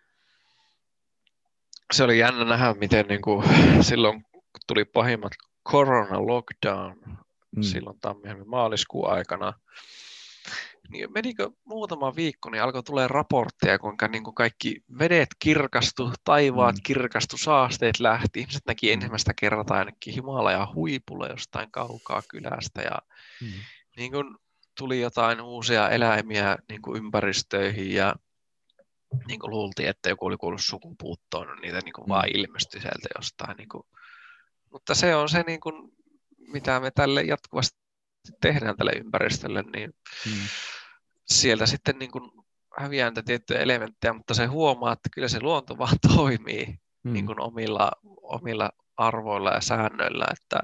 Se oli jännä nähdä, miten niin kuin silloin tuli pahimmat corona lockdown mm. silloin tammi-maaliskuun aikana, niin menikö muutama viikko, niin alkoi tulee raportteja, kuinka niin kuin kaikki vedet kirkastu, taivaat mm. kirkastu, saasteet lähti. Ihmiset näki mm. ensimmäistä kertaa ainakin Himalajan huipulla jostain kaukaa kylästä. Ja mm. niin kuin tuli jotain uusia eläimiä niin kuin ympäristöihin ja niin kuin luultiin, että joku oli kuullut sukupuuttoon, niin niitä niin kuin mm. vaan ilmestyi sieltä jostain. Niin kuin. Mutta se on se, niin kuin, mitä me tälle jatkuvasti tehdään tälle ympäristölle, niin mm. sieltä sitten niin kuin häviää niitä tiettyjä elementtejä, mutta se huomaa, että kyllä se luonto vaan toimii mm. niin kuin omilla, omilla arvoilla ja säännöillä, että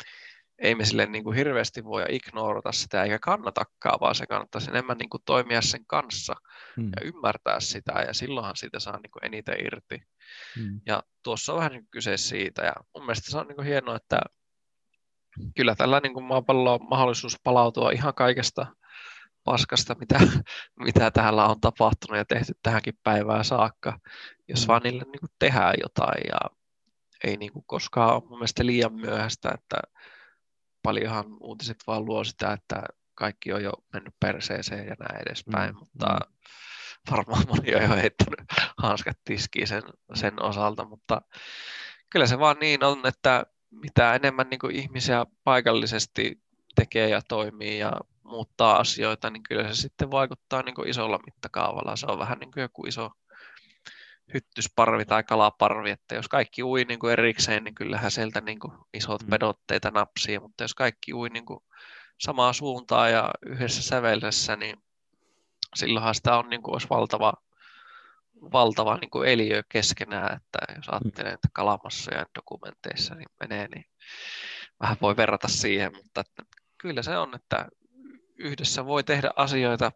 ei me sille niin kuin hirveästi voi ignorata sitä eikä kannatakaan, vaan se kannattaisi enemmän niin kuin toimia sen kanssa mm. ja ymmärtää sitä, ja silloinhan siitä saa niin kuin eniten irti. Mm. Ja tuossa on vähän niin kuin kyse siitä, ja mun mielestä se on niin kuin hienoa, että kyllä tällä niin kuin maapallolla on mahdollisuus palautua ihan kaikesta paskasta, mitä, mitä täällä on tapahtunut ja tehty tähänkin päivään saakka, jos mm. vaan niille niin kuin tehdään jotain, ja ei niin kuin koskaan ole mun mielestä liian myöhäistä, että paljonhan uutiset vaan luo sitä, että kaikki on jo mennyt perseeseen ja näin edespäin, mm. mutta mm. varmaan moni on jo heittänyt hanskat tiskiin sen, sen osalta, mutta kyllä se vaan niin on, että mitä enemmän niin kuin ihmisiä paikallisesti tekee ja toimii ja muuttaa asioita, niin kyllä se sitten vaikuttaa niin kuin isolla mittakaavalla. Se on vähän niin kuin joku iso hyttysparvi tai kalaparvi, että jos kaikki ui niin kuin erikseen, niin kyllähän sieltä niin kuin isot pedotteita napsii, mutta jos kaikki ui niin kuin samaa suuntaa ja yhdessä sävellessä, niin silloinhan sitä on niin kuin olisi valtava, valtava niin kuin eliö keskenään, että jos ajattelee, että kalamassojen dokumenteissa niin menee, niin vähän voi verrata siihen, mutta että kyllä se on, että yhdessä voi tehdä asioita,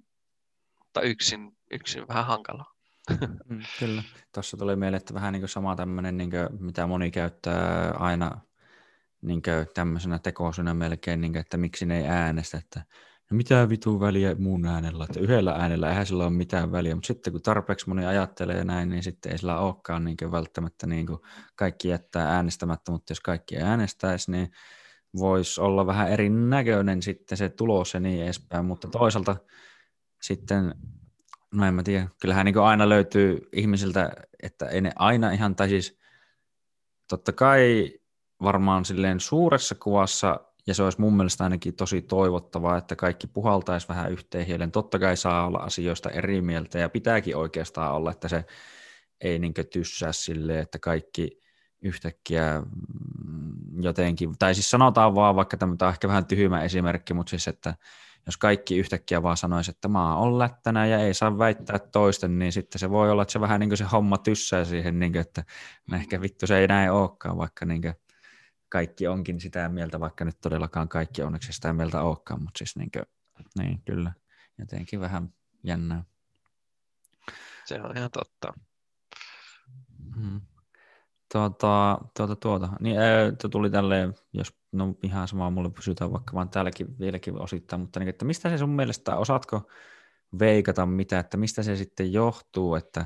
mutta yksin, yksin vähän hankalaa. Mm, kyllä. Tuossa tuli mieleen, että vähän niin kuin sama tämmöinen, niin kuin, mitä moni käyttää aina niin kuin tämmöisenä tekosyynä melkein, niin kuin, että miksi ne ei äänestä, että no mitä vitun väliä muun äänellä, että yhdellä äänellä eihän sillä ole mitään väliä, mutta sitten kun tarpeeksi moni ajattelee näin, niin sitten ei sillä olekaan niin kuin välttämättä niin kuin kaikki jättää äänestämättä, mutta jos kaikki äänestäisi, niin voisi olla vähän erinäköinen sitten se tulos ja niin edespäin, mutta toisaalta sitten no en mä tiedä. Kyllähän niin aina löytyy ihmisiltä, että ei ne aina ihan, tai siis totta kai varmaan silleen suuressa kuvassa, ja se olisi mun mielestä ainakin tosi toivottavaa, että kaikki puhaltaisi vähän yhteen hiilen. Totta kai saa olla asioista eri mieltä, ja pitääkin oikeastaan olla, että se ei niin tyssää silleen, että kaikki yhtäkkiä jotenkin, tai siis sanotaan vaan, vaikka tämä on ehkä vähän tyhmä esimerkki, mutta siis, että jos kaikki yhtäkkiä vaan sanoisi, että maa on lättänä ja ei saa väittää toisten, niin sitten se voi olla, että se vähän niin kuin se homma tyssää siihen, niin kuin, että no ehkä vittu se ei näin olekaan, vaikka niin kuin kaikki onkin sitä mieltä, vaikka nyt todellakaan kaikki onneksi sitä mieltä olekaan, mutta siis niin, kuin, niin kyllä, jotenkin vähän jännää. Se on ihan totta. Hmm. Tuota, tuota, tuota. Niin, tuo tuli tälleen, jos no ihan samaa mulle pysytään vaikka vaan täälläkin vieläkin osittain, mutta niin, että mistä se sun mielestä, osaatko veikata mitä, että mistä se sitten johtuu, että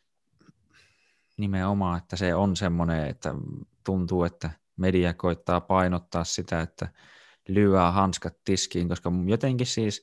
nimenomaan, että se on semmoinen, että tuntuu, että media koittaa painottaa sitä, että lyöää hanskat tiskiin, koska jotenkin siis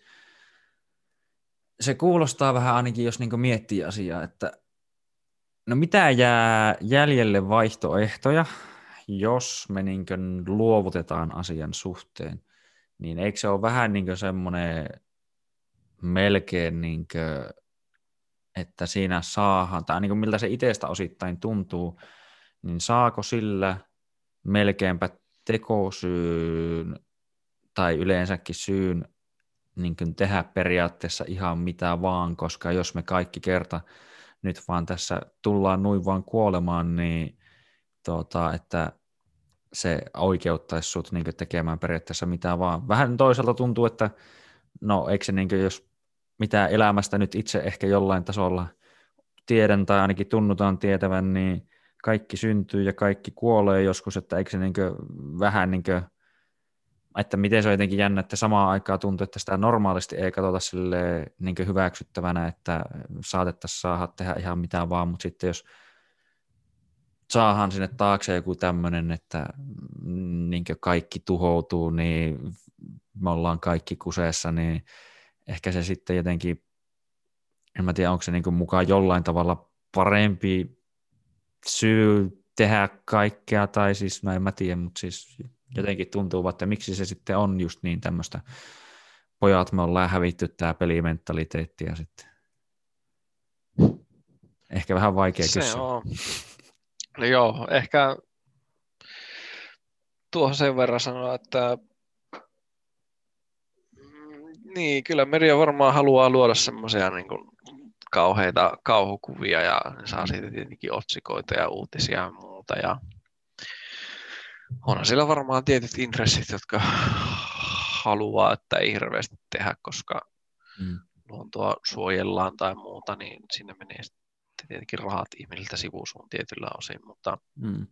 se kuulostaa vähän ainakin, jos niin miettii asiaa, että no mitä jää jäljelle vaihtoehtoja, jos me niin luovutetaan asian suhteen, niin eikö se ole vähän niin semmoinen melkein, niin kuin, että siinä saahan, tai niin miltä se itsestä osittain tuntuu, niin saako sillä melkeinpä tekosyyn tai yleensäkin syyn niin kuin tehdä periaatteessa ihan mitä vaan, koska jos me kaikki kerta nyt vaan tässä tullaan noin vaan kuolemaan, niin tuota, että se oikeuttaisi sut niin kuin tekemään periaatteessa mitä vaan. Vähän toisaalta tuntuu, että no eikö se niin kuin, jos mitä elämästä nyt itse ehkä jollain tasolla tiedän tai ainakin tunnutaan tietävän, niin kaikki syntyy ja kaikki kuolee joskus, että eikö se niin kuin, vähän niin kuin, että miten se on jotenkin jännä, että samaan aikaan tuntuu, että sitä normaalisti ei katsota silleen niin kuin hyväksyttävänä, että saatettaisiin saada tehdä ihan mitään vaan, mutta sitten jos saahan sinne taakse joku tämmöinen, että niin kuin kaikki tuhoutuu, niin me ollaan kaikki kuseessa, niin ehkä se sitten jotenkin, en mä tiedä, onko se niin kuin mukaan jollain tavalla parempi syy tehdä kaikkea, tai siis, no en mä tiedä, mutta siis jotenkin tuntuu, että miksi se sitten on just niin tämmöistä, pojat, me ollaan hävitty tämä pelimentaliteettia sitten. Ehkä vähän vaikea Se kysyä. on. No joo, ehkä tuohon sen verran sanoa, että mm, niin, kyllä media varmaan haluaa luoda semmoisia niin kuin kauheita kauhukuvia ja ne saa siitä tietenkin otsikoita ja uutisia ja muuta. Ja onhan sillä varmaan tietyt intressit, jotka haluaa, että ei hirveästi tehdä, koska mm. luontoa suojellaan tai muuta, niin sinne menee sitten tietenkin rahat ihmisiltä sivusuun tietyllä osin, mutta mm.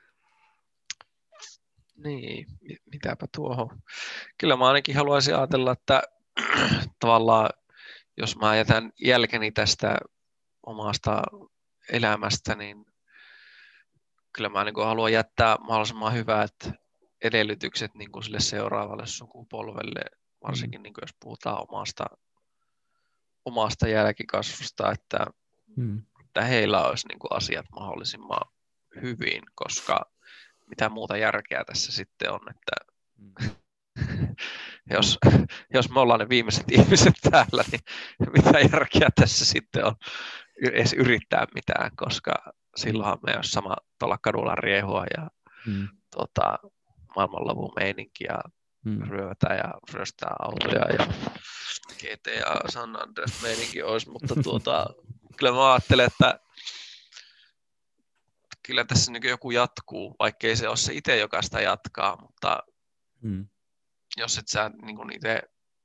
niin, mitäpä tuohon. Kyllä mä ainakin haluaisin ajatella, että tavallaan jos mä jätän jälkeni tästä omasta elämästä, niin kyllä mä niin kuin haluan jättää mahdollisimman hyvät edellytykset niin kuin sille seuraavalle sukupolvelle, varsinkin mm. niin kuin jos puhutaan omasta, omasta jälkikasvusta, että, mm. että heillä olisi niin kuin asiat mahdollisimman hyvin, koska mitä muuta järkeä tässä sitten on, että mm. jos, jos me ollaan ne viimeiset ihmiset täällä, niin mitä järkeä tässä sitten on edes yrittää mitään, koska silloinhan me ei ole sama tuolla kadulla riehua ja mm. tota, maailmanlavun meininki ja mm. ryötä ja ryöstää autoja ja G T A San Andreas meininki olisi, mutta tuota, kyllä mä ajattelen, että kyllä tässä niin joku jatkuu, vaikkei se ole se itse, joka sitä jatkaa, mutta mm. jos et sä niin itse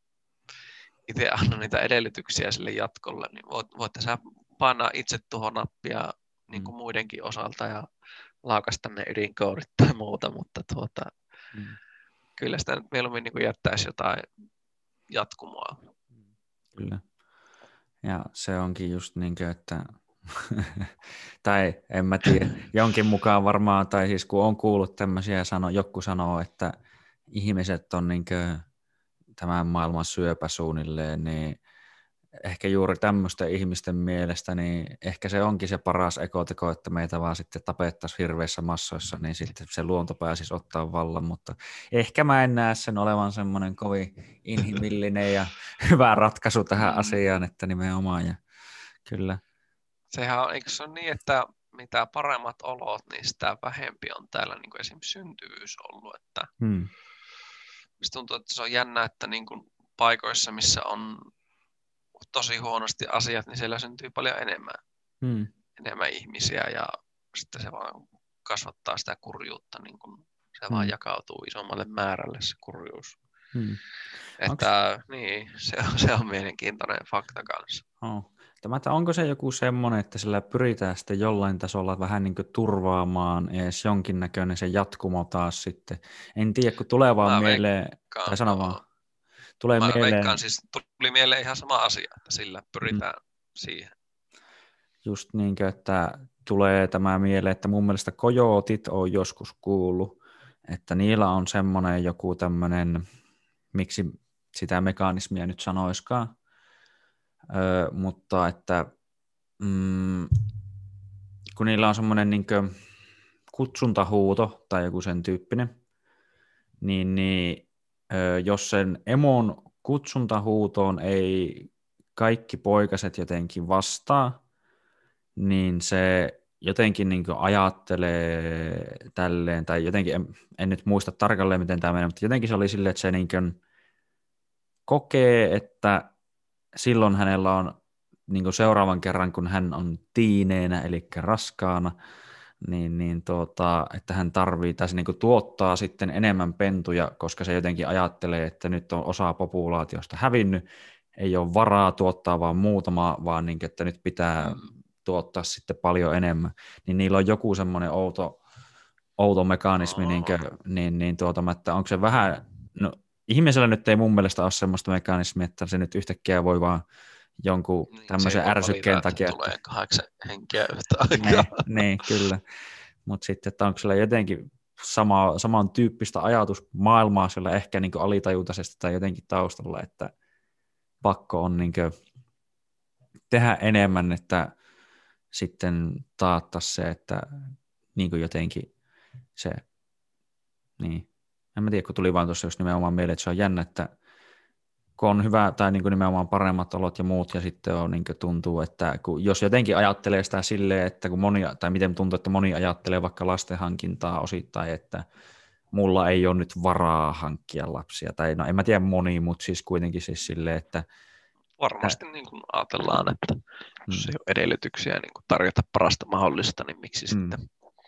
itse anna niitä edellytyksiä sille jatkolle, niin voit, voitte sä painaa itse tuohon nappia niin kuin mm. muidenkin osalta ja laukasta ne ydinkoodit tai muuta, mutta tuota, mm. kyllä sitä nyt mieluummin niin kuin jättäisi jotain jatkumoa. Kyllä. Ja se onkin just niin kuin, että tai en mä tiedä, jonkin mukaan varmaan, tai siis kun on kuullut tämmöisiä, sano, joku sanoo, että ihmiset on niin kuin tämän maailman syöpä suunnilleen, niin ehkä juuri tämmöisten ihmisten mielestä, niin ehkä se onkin se paras ekoteko, että meitä vaan sitten tapettaisiin hirveissä massoissa, niin sitten se luonto pääsisi ottaa vallan, mutta ehkä mä en näe sen olevan semmoinen kovin inhimillinen ja hyvä ratkaisu tähän asiaan, että nimenomaan, ja kyllä. Sehän on, eikö se ole niin, että mitä paremmat olot, niin sitä vähempi on täällä niin kuin esimerkiksi syntyvyys ollut, että hmm. tuntuu, että se on jännä, että niin kuin paikoissa, missä on tosi huonosti asiat, niin siellä syntyy paljon enemmän, hmm. enemmän ihmisiä ja sitten se vaan kasvattaa sitä kurjuutta, niin kuin se hmm. vaan jakautuu isommalle määrälle se kurjuus. Hmm. Että Onks... niin, se on, se on mielenkiintoinen fakta kanssa. Oh. Tämä, onko se joku semmoinen, että sillä pyritään sitten jollain tasolla vähän niin kuin turvaamaan edes jonkinnäköinen se jatkumo taas sitten. En tiedä, kun tulee vaan mä mieleen, veikkaan, tai sano vaan. Tulee mä mieleen... veikkaan, siis tuli mieleen ihan sama asia, että sillä pyritään mm. siihen. Just niin kuin, että tulee tämä mieleen, että mun mielestä kojootit on joskus kuullut, että niillä on semmoinen joku tämmöinen, miksi sitä mekanismia nyt sanoiskaan, Öö, mutta että mm, kun niillä on semmoinen niin kuin kutsuntahuuto tai joku sen tyyppinen, niin, niin öö, jos sen emon kutsuntahuutoon ei kaikki poikaset jotenkin vastaa, niin se jotenkin niin kuin ajattelee tälleen, tai jotenkin, en, en nyt muista tarkalleen, miten tämä menee, mutta jotenkin se oli silleen, että se niin kuin kokee, että silloin hänellä on niin kuin seuraavan kerran, kun hän on tiineenä, eli raskaana, niin, niin tuota, että hän tarvii, tai se niin kuin tuottaa sitten enemmän pentuja, koska se jotenkin ajattelee, että nyt on osa populaatiosta hävinnyt, ei ole varaa tuottaa vaan muutama, vaan niin, että nyt pitää Mm. tuottaa sitten paljon enemmän, niin niillä on joku semmoinen outo, outo mekanismi, niin, kuin, niin, niin tuota, että onko se vähän, no ihmisellä nyt ei mun mielestä ole semmoista mekanismia, että se nyt yhtäkkiä voi vaan jonkun Niin, tämmöisen ärsykkeen takia. Että tulee kahdeksan henkeä yhtä Niin, aikaa. niin, kyllä. Mutta sitten, että onko siellä jotenkin sama, samantyyppistä ajatusmaailmaa siellä ehkä niin kuin alitajuntaisesti tai jotenkin taustalla, että pakko on niin kuin tehdä enemmän, että sitten taattaisi se, että niin kuin jotenkin se, niin, en mä tiedä, kun tuli vaan tuossa just nimenomaan mieleen, että se on jännä, että kun on hyvä tai niin kuin nimenomaan paremmat olot ja muut, ja sitten on, niin kuin tuntuu, että kun, jos jotenkin ajattelee sitä silleen, että kun moni, tai miten tuntuu, että moni ajattelee vaikka lasten hankintaa osittain, että mulla ei ole nyt varaa hankkia lapsia, tai no en mä tiedä moni, mutta siis kuitenkin siis silleen, että Varmasti niin kuin ajatellaan, että jos mm. ei ole edellytyksiä niin kuin tarjota parasta mahdollista, niin miksi Mm. sitten?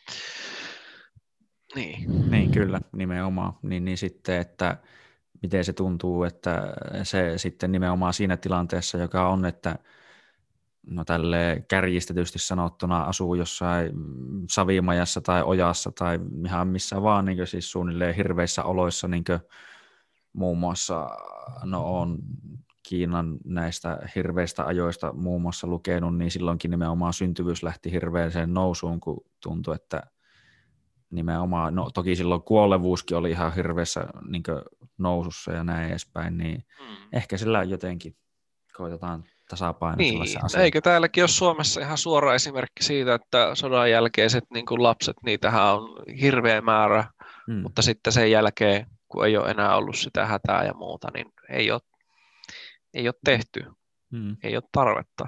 Niin. Niin, kyllä, nimenomaan. Niin, niin sitten, että miten se tuntuu, että se sitten nimenomaan siinä tilanteessa, joka on, että no tälle kärjistetysti sanottuna asuu jossain savimajassa tai ojassa tai ihan missä vaan, niin siis suunnilleen hirveissä oloissa, niin muun muassa no on Kiinan näistä hirveistä ajoista muun muassa lukenut, niin silloinkin nimenomaan syntyvyys lähti hirveäseen nousuun, kun tuntui, että nimenomaan, no toki silloin kuolevuuskin oli ihan hirveässä niin nousussa ja näin edespäin, niin Mm. ehkä sillä jotenkin koitetaan tasapainotella Niin, se asia. eikö täälläkin ole Suomessa ihan suora esimerkki siitä, että sodan jälkeiset niin kuin lapset, niitähän on hirveä määrä, mm. mutta sitten sen jälkeen, kun ei ole enää ollut sitä hätää ja muuta, niin ei ole, ei ole tehty, mm. ei ole tarvetta.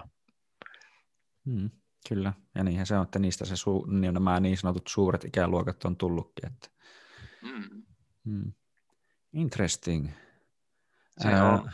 Mm. Kyllä, ja niinhän se on, että niistä se su- niin nämä niin sanotut suuret ikäluokat on tullutkin. Että. Mm. Mm. Interesting. Se Ää, on.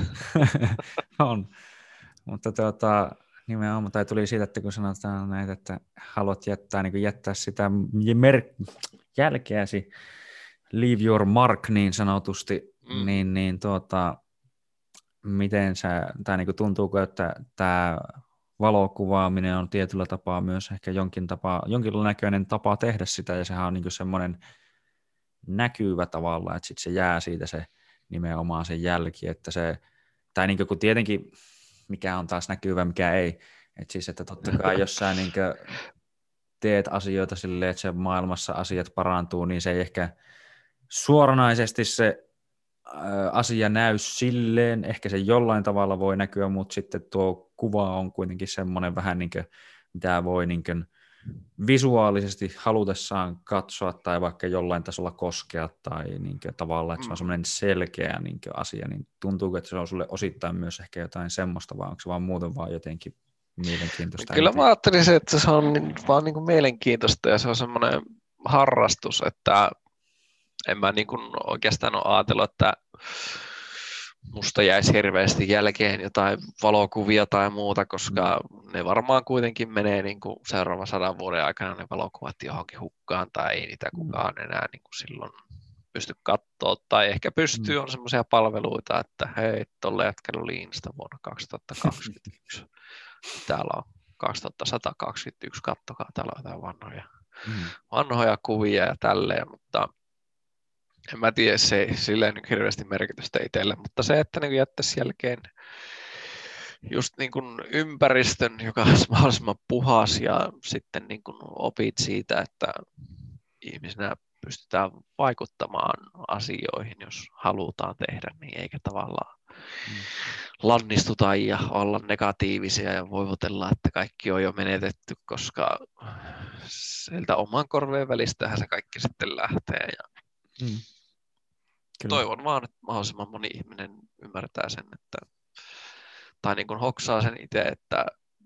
on. Mutta tuota, nimenomaan, tai tuli siitä, että kun sanotaan näitä, että haluat jättää, niin jättää sitä mer- jälkeäsi, leave your mark niin sanotusti, mm. niin, niin tuota, miten sä, tai niin tuntuuko, että tämä valokuvaaminen on tietyllä tapaa myös ehkä jonkin tapa, jonkinlainen näköinen tapa tehdä sitä, ja sehän on niin semmoinen näkyvä tavalla, että sitten se jää siitä se nimenomaan sen jälki, että se, tai niin kun tietenkin, mikä on taas näkyvä, mikä ei, että siis, että totta kai jos sä niin teet asioita silleen, että se maailmassa asiat parantuu, niin se ei ehkä suoranaisesti se asia näy silleen, ehkä se jollain tavalla voi näkyä, mutta sitten tuo kuva on kuitenkin semmoinen vähän niin kuin, mitä voi niin kuin visuaalisesti halutessaan katsoa tai vaikka jollain tasolla koskea tai niin kuin tavallaan, että se on semmoinen selkeä niin kuin asia, niin tuntuuko, että se on sulle osittain myös ehkä jotain semmoista, vai onko se vaan muuten vaan jotenkin mielenkiintoista? Kyllä mä ajattelisin, että se on niin, vaan niin kuin mielenkiintoista ja se on semmoinen harrastus, että en mä niin kuin oikeastaan ole ajatellut, että musta jäisi hirveästi jälkeen jotain valokuvia tai muuta, koska mm. ne varmaan kuitenkin menee niin kuin seuraavan sadan vuoden aikana ne valokuvat johonkin hukkaan tai ei niitä kukaan enää niin kuin silloin pysty katsoa tai ehkä pystyy, mm. on semmoisia palveluita, että hei, tolle jätkällä oli Insta vuonna kaksituhattakaksikymmentäyksi. Täällä on kaksituhattasata kaksikymmentäyksi, kattokaa, täällä on jotain vanhoja, mm. vanhoja kuvia ja tälleen, mutta en mä tiedä, se ei silleen nyt hirveästi merkitystä itselle, mutta se, että niin jättäisi jälkeen just niin kuin ympäristön, joka olisi mahdollisimman puhas ja sitten niin kuin opit siitä, että ihmisenä pystytään vaikuttamaan asioihin, jos halutaan tehdä, niin eikä tavallaan mm. lannistuta ja olla negatiivisia ja voivotella, että kaikki on jo menetetty, koska sieltä oman korveen välistähän se kaikki sitten lähtee. Ja mm. toivon vaan, että mahdollisimman moni ihminen ymmärtää sen, että, tai niin kuin hoksaa sen itse, että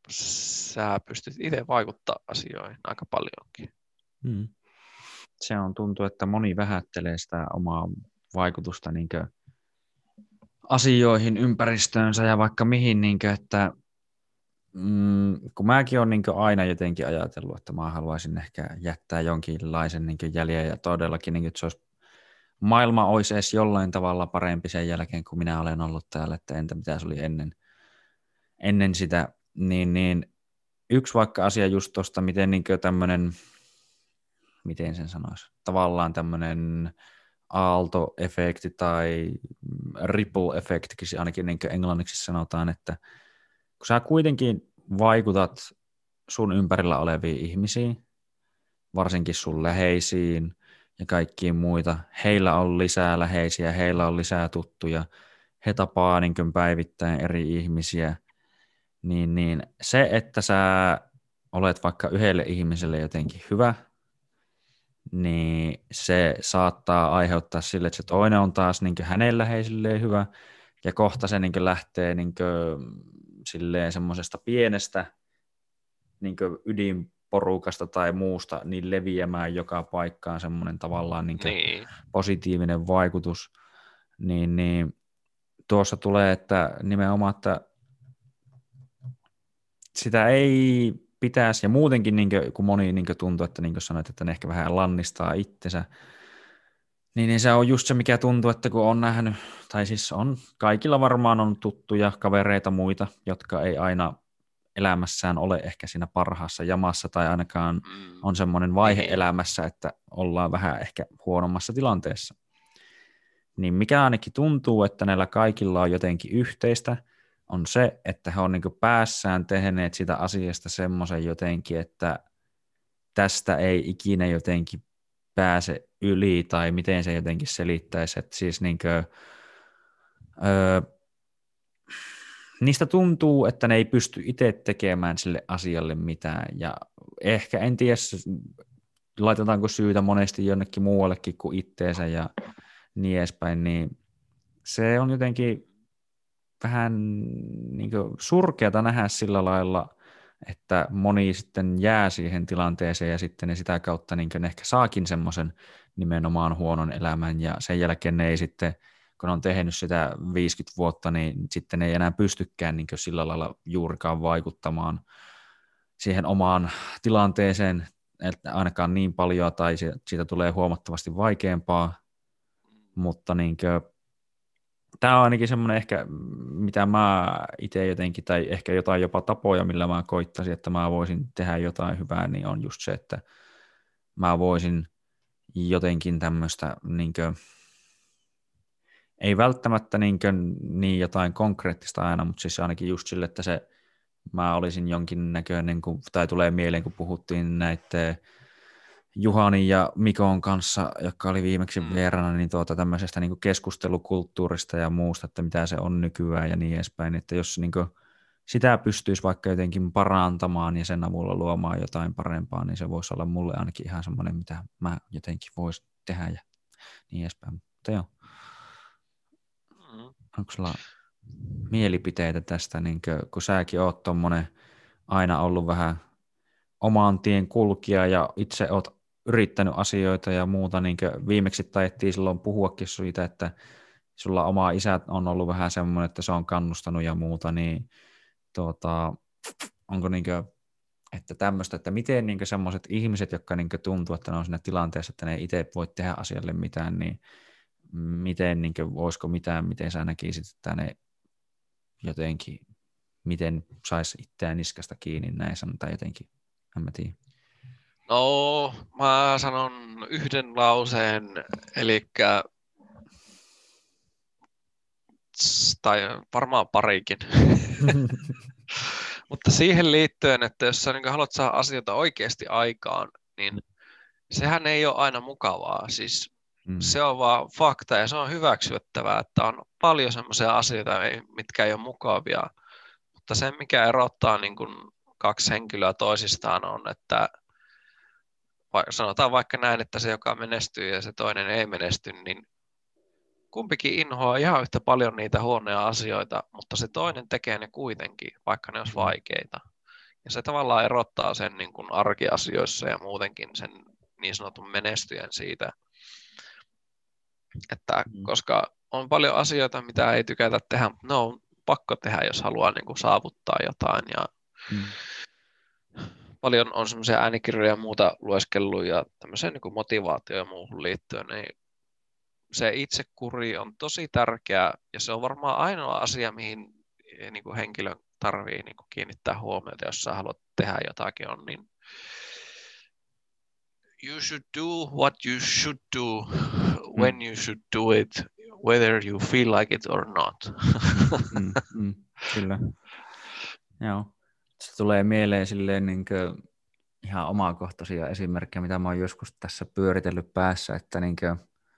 sä pystyt itse vaikuttaa asioihin aika paljonkin. Hmm. Se on tuntuu, että moni vähättelee sitä omaa vaikutusta niin asioihin, ympäristöönsä ja vaikka mihin, niin kuin, että mm, kun mäkin olen niin aina jotenkin ajatellut, että mä haluaisin ehkä jättää jonkinlaisen niin jäljen ja todellakin, niin kuin, että se olisi, maailma olisi edes jollain tavalla parempi sen jälkeen, kun minä olen ollut täällä, että entä mitä se oli ennen, ennen sitä, niin, niin yksi vaikka asia just tuosta, miten niin tämmöinen, miten sen sanoisi, tavallaan tämmöinen aalto-efekti tai ripple-efektikin ainakin niin englanniksi sanotaan, että kun sä kuitenkin vaikutat sun ympärillä oleviin ihmisiin, varsinkin sun läheisiin ja kaikkiin muita, heillä on lisää läheisiä, heillä on lisää tuttuja, he tapaa niin päivittäin eri ihmisiä, niin, niin se, että sä olet vaikka yhdelle ihmiselle jotenkin hyvä, niin se saattaa aiheuttaa sille, että se toinen on taas niin hänen läheisilleen hyvä, ja kohta se niin lähtee niin silleen semmoisesta pienestä niin ydinporukasta tai muusta niin leviämään joka paikkaan semmoinen tavallaan niin niin. positiivinen vaikutus, niin, niin tuossa tulee, että nimenomaan, että sitä ei pitäisi, ja muutenkin niin kuin, kun moni niin kuin tuntuu, että niin kuin sanoit, että ne ehkä vähän lannistaa itsensä, niin, niin se on just se, mikä tuntuu, että kun on nähnyt, tai siis on, kaikilla varmaan on tuttuja kavereita muita, jotka ei aina elämässään ole ehkä siinä parhaassa jamassa, tai ainakaan Mm. on semmoinen vaihe Niin. elämässä, että ollaan vähän ehkä huonommassa tilanteessa. Niin mikä ainakin tuntuu, että näillä kaikilla on jotenkin yhteistä, on se, että he on niin kuin päässään tehneet sitä asiasta semmoisen jotenkin, että tästä ei ikinä jotenkin pääse yli, tai miten se jotenkin selittäisi, että siis niin kuin, öö, niistä tuntuu, että ne ei pysty itse tekemään sille asialle mitään, ja ehkä en tiedä, laitetaanko syytä monesti jonnekin muuallekin kuin itteensä ja niin edespäin, niin se on jotenkin vähän niin kuin surkeata nähdä sillä lailla, että moni sitten jää siihen tilanteeseen ja sitten ne sitä kautta niin kuin ehkä saakin semmoisen nimenomaan huonon elämän ja sen jälkeen ne ei sitten, kun on tehnyt sitä viisikymmentä vuotta, niin sitten ne ei enää pystykään niin kuin sillä lailla juurikaan vaikuttamaan siihen omaan tilanteeseen, että ainakaan niin paljon tai siitä tulee huomattavasti vaikeampaa, mutta niin kuin tämä on ainakin semmoinen ehkä, mitä mä itse jotenkin, tai ehkä jotain jopa tapoja, millä mä koittaisin, että mä voisin tehdä jotain hyvää, niin on just se, että mä voisin jotenkin tämmöistä, niin kuin, ei välttämättä niin, kuin, niin jotain konkreettista aina, mutta siis ainakin just sille, että se, mä olisin jonkinnäköinen, tai tulee mieleen, kun puhuttiin näiden Juhanin ja Mikon kanssa, joka oli viimeksi Mm. vieraana, niin tuota tämmöisestä niin kuin keskustelukulttuurista ja muusta, että mitä se on nykyään ja niin edespäin, että jos niin kuin sitä pystyisi vaikka jotenkin parantamaan ja sen avulla luomaan jotain parempaa, niin se voisi olla mulle ainakin ihan semmoinen, mitä mä jotenkin voisin tehdä ja niin edespäin. Mutta joo, Mm. onko sulla mielipiteitä tästä, niin kuin, kun säkin oot tommonen aina ollut vähän oman tien kulkija ja itse oot yrittänyt asioita ja muuta, niin kuin viimeksi taidettiin silloin puhuakin siitä, että sulla oma isä on ollut vähän semmoinen, että se on kannustanut ja muuta, niin tuota, onko niin kuin, että tämmöistä, että miten niin semmoiset ihmiset, jotka niin tuntuu, että ne on siinä tilanteessa, että ne ei itse voi tehdä asialle mitään, niin miten, niin kuin, voisiko mitään, miten sä näkisit, että ne jotenkin, miten saisi itseään niskasta kiinni näin sanotaan jotenkin, en mä tiedä. No, mä sanon yhden lauseen, eli tai varmaan parikin. Mutta siihen liittyen, että jos sä niin haluat saada asioita oikeasti aikaan, niin sehän ei ole aina mukavaa. Siis mm. se on vaan fakta ja se on hyväksyttävää, että on paljon semmoisia asioita, mitkä ei ole mukavia. Mutta se, mikä erottaa niin kuin kaksi henkilöä toisistaan on, että sanotaan vaikka näin, että se, joka menestyy ja se toinen ei menesty, niin kumpikin inhoaa ihan yhtä paljon niitä huonoja asioita, mutta se toinen tekee ne kuitenkin, vaikka ne olisi vaikeita. Ja se tavallaan erottaa sen niin kuin arkiasioissa ja muutenkin sen niin sanotun menestyjän siitä, että Mm. koska on paljon asioita, mitä ei tykätä tehdä, mutta ne on pakko tehdä, jos haluaa niin kuin saavuttaa jotain. Ja Mm. paljon on semmoisia äänikirjoja ja muuta lueskellut ja tämmöiseen niin kuin motivaatioon ja muuhun liittyen, niin se itsekuri on tosi tärkeä ja se on varmaan ainoa asia, mihin niin kuin henkilön tarvii niin kuin kiinnittää huomiota, jos sä haluat tehdä jotakin, on niin you should do what you should do when you should do it, whether you feel like it or not. Mm, mm, kyllä. Joo. Se tulee mieleen silleen niin kuin ihan omakohtaisia esimerkkejä, mitä mä oon joskus tässä pyöritellyt päässä, että niin kuin,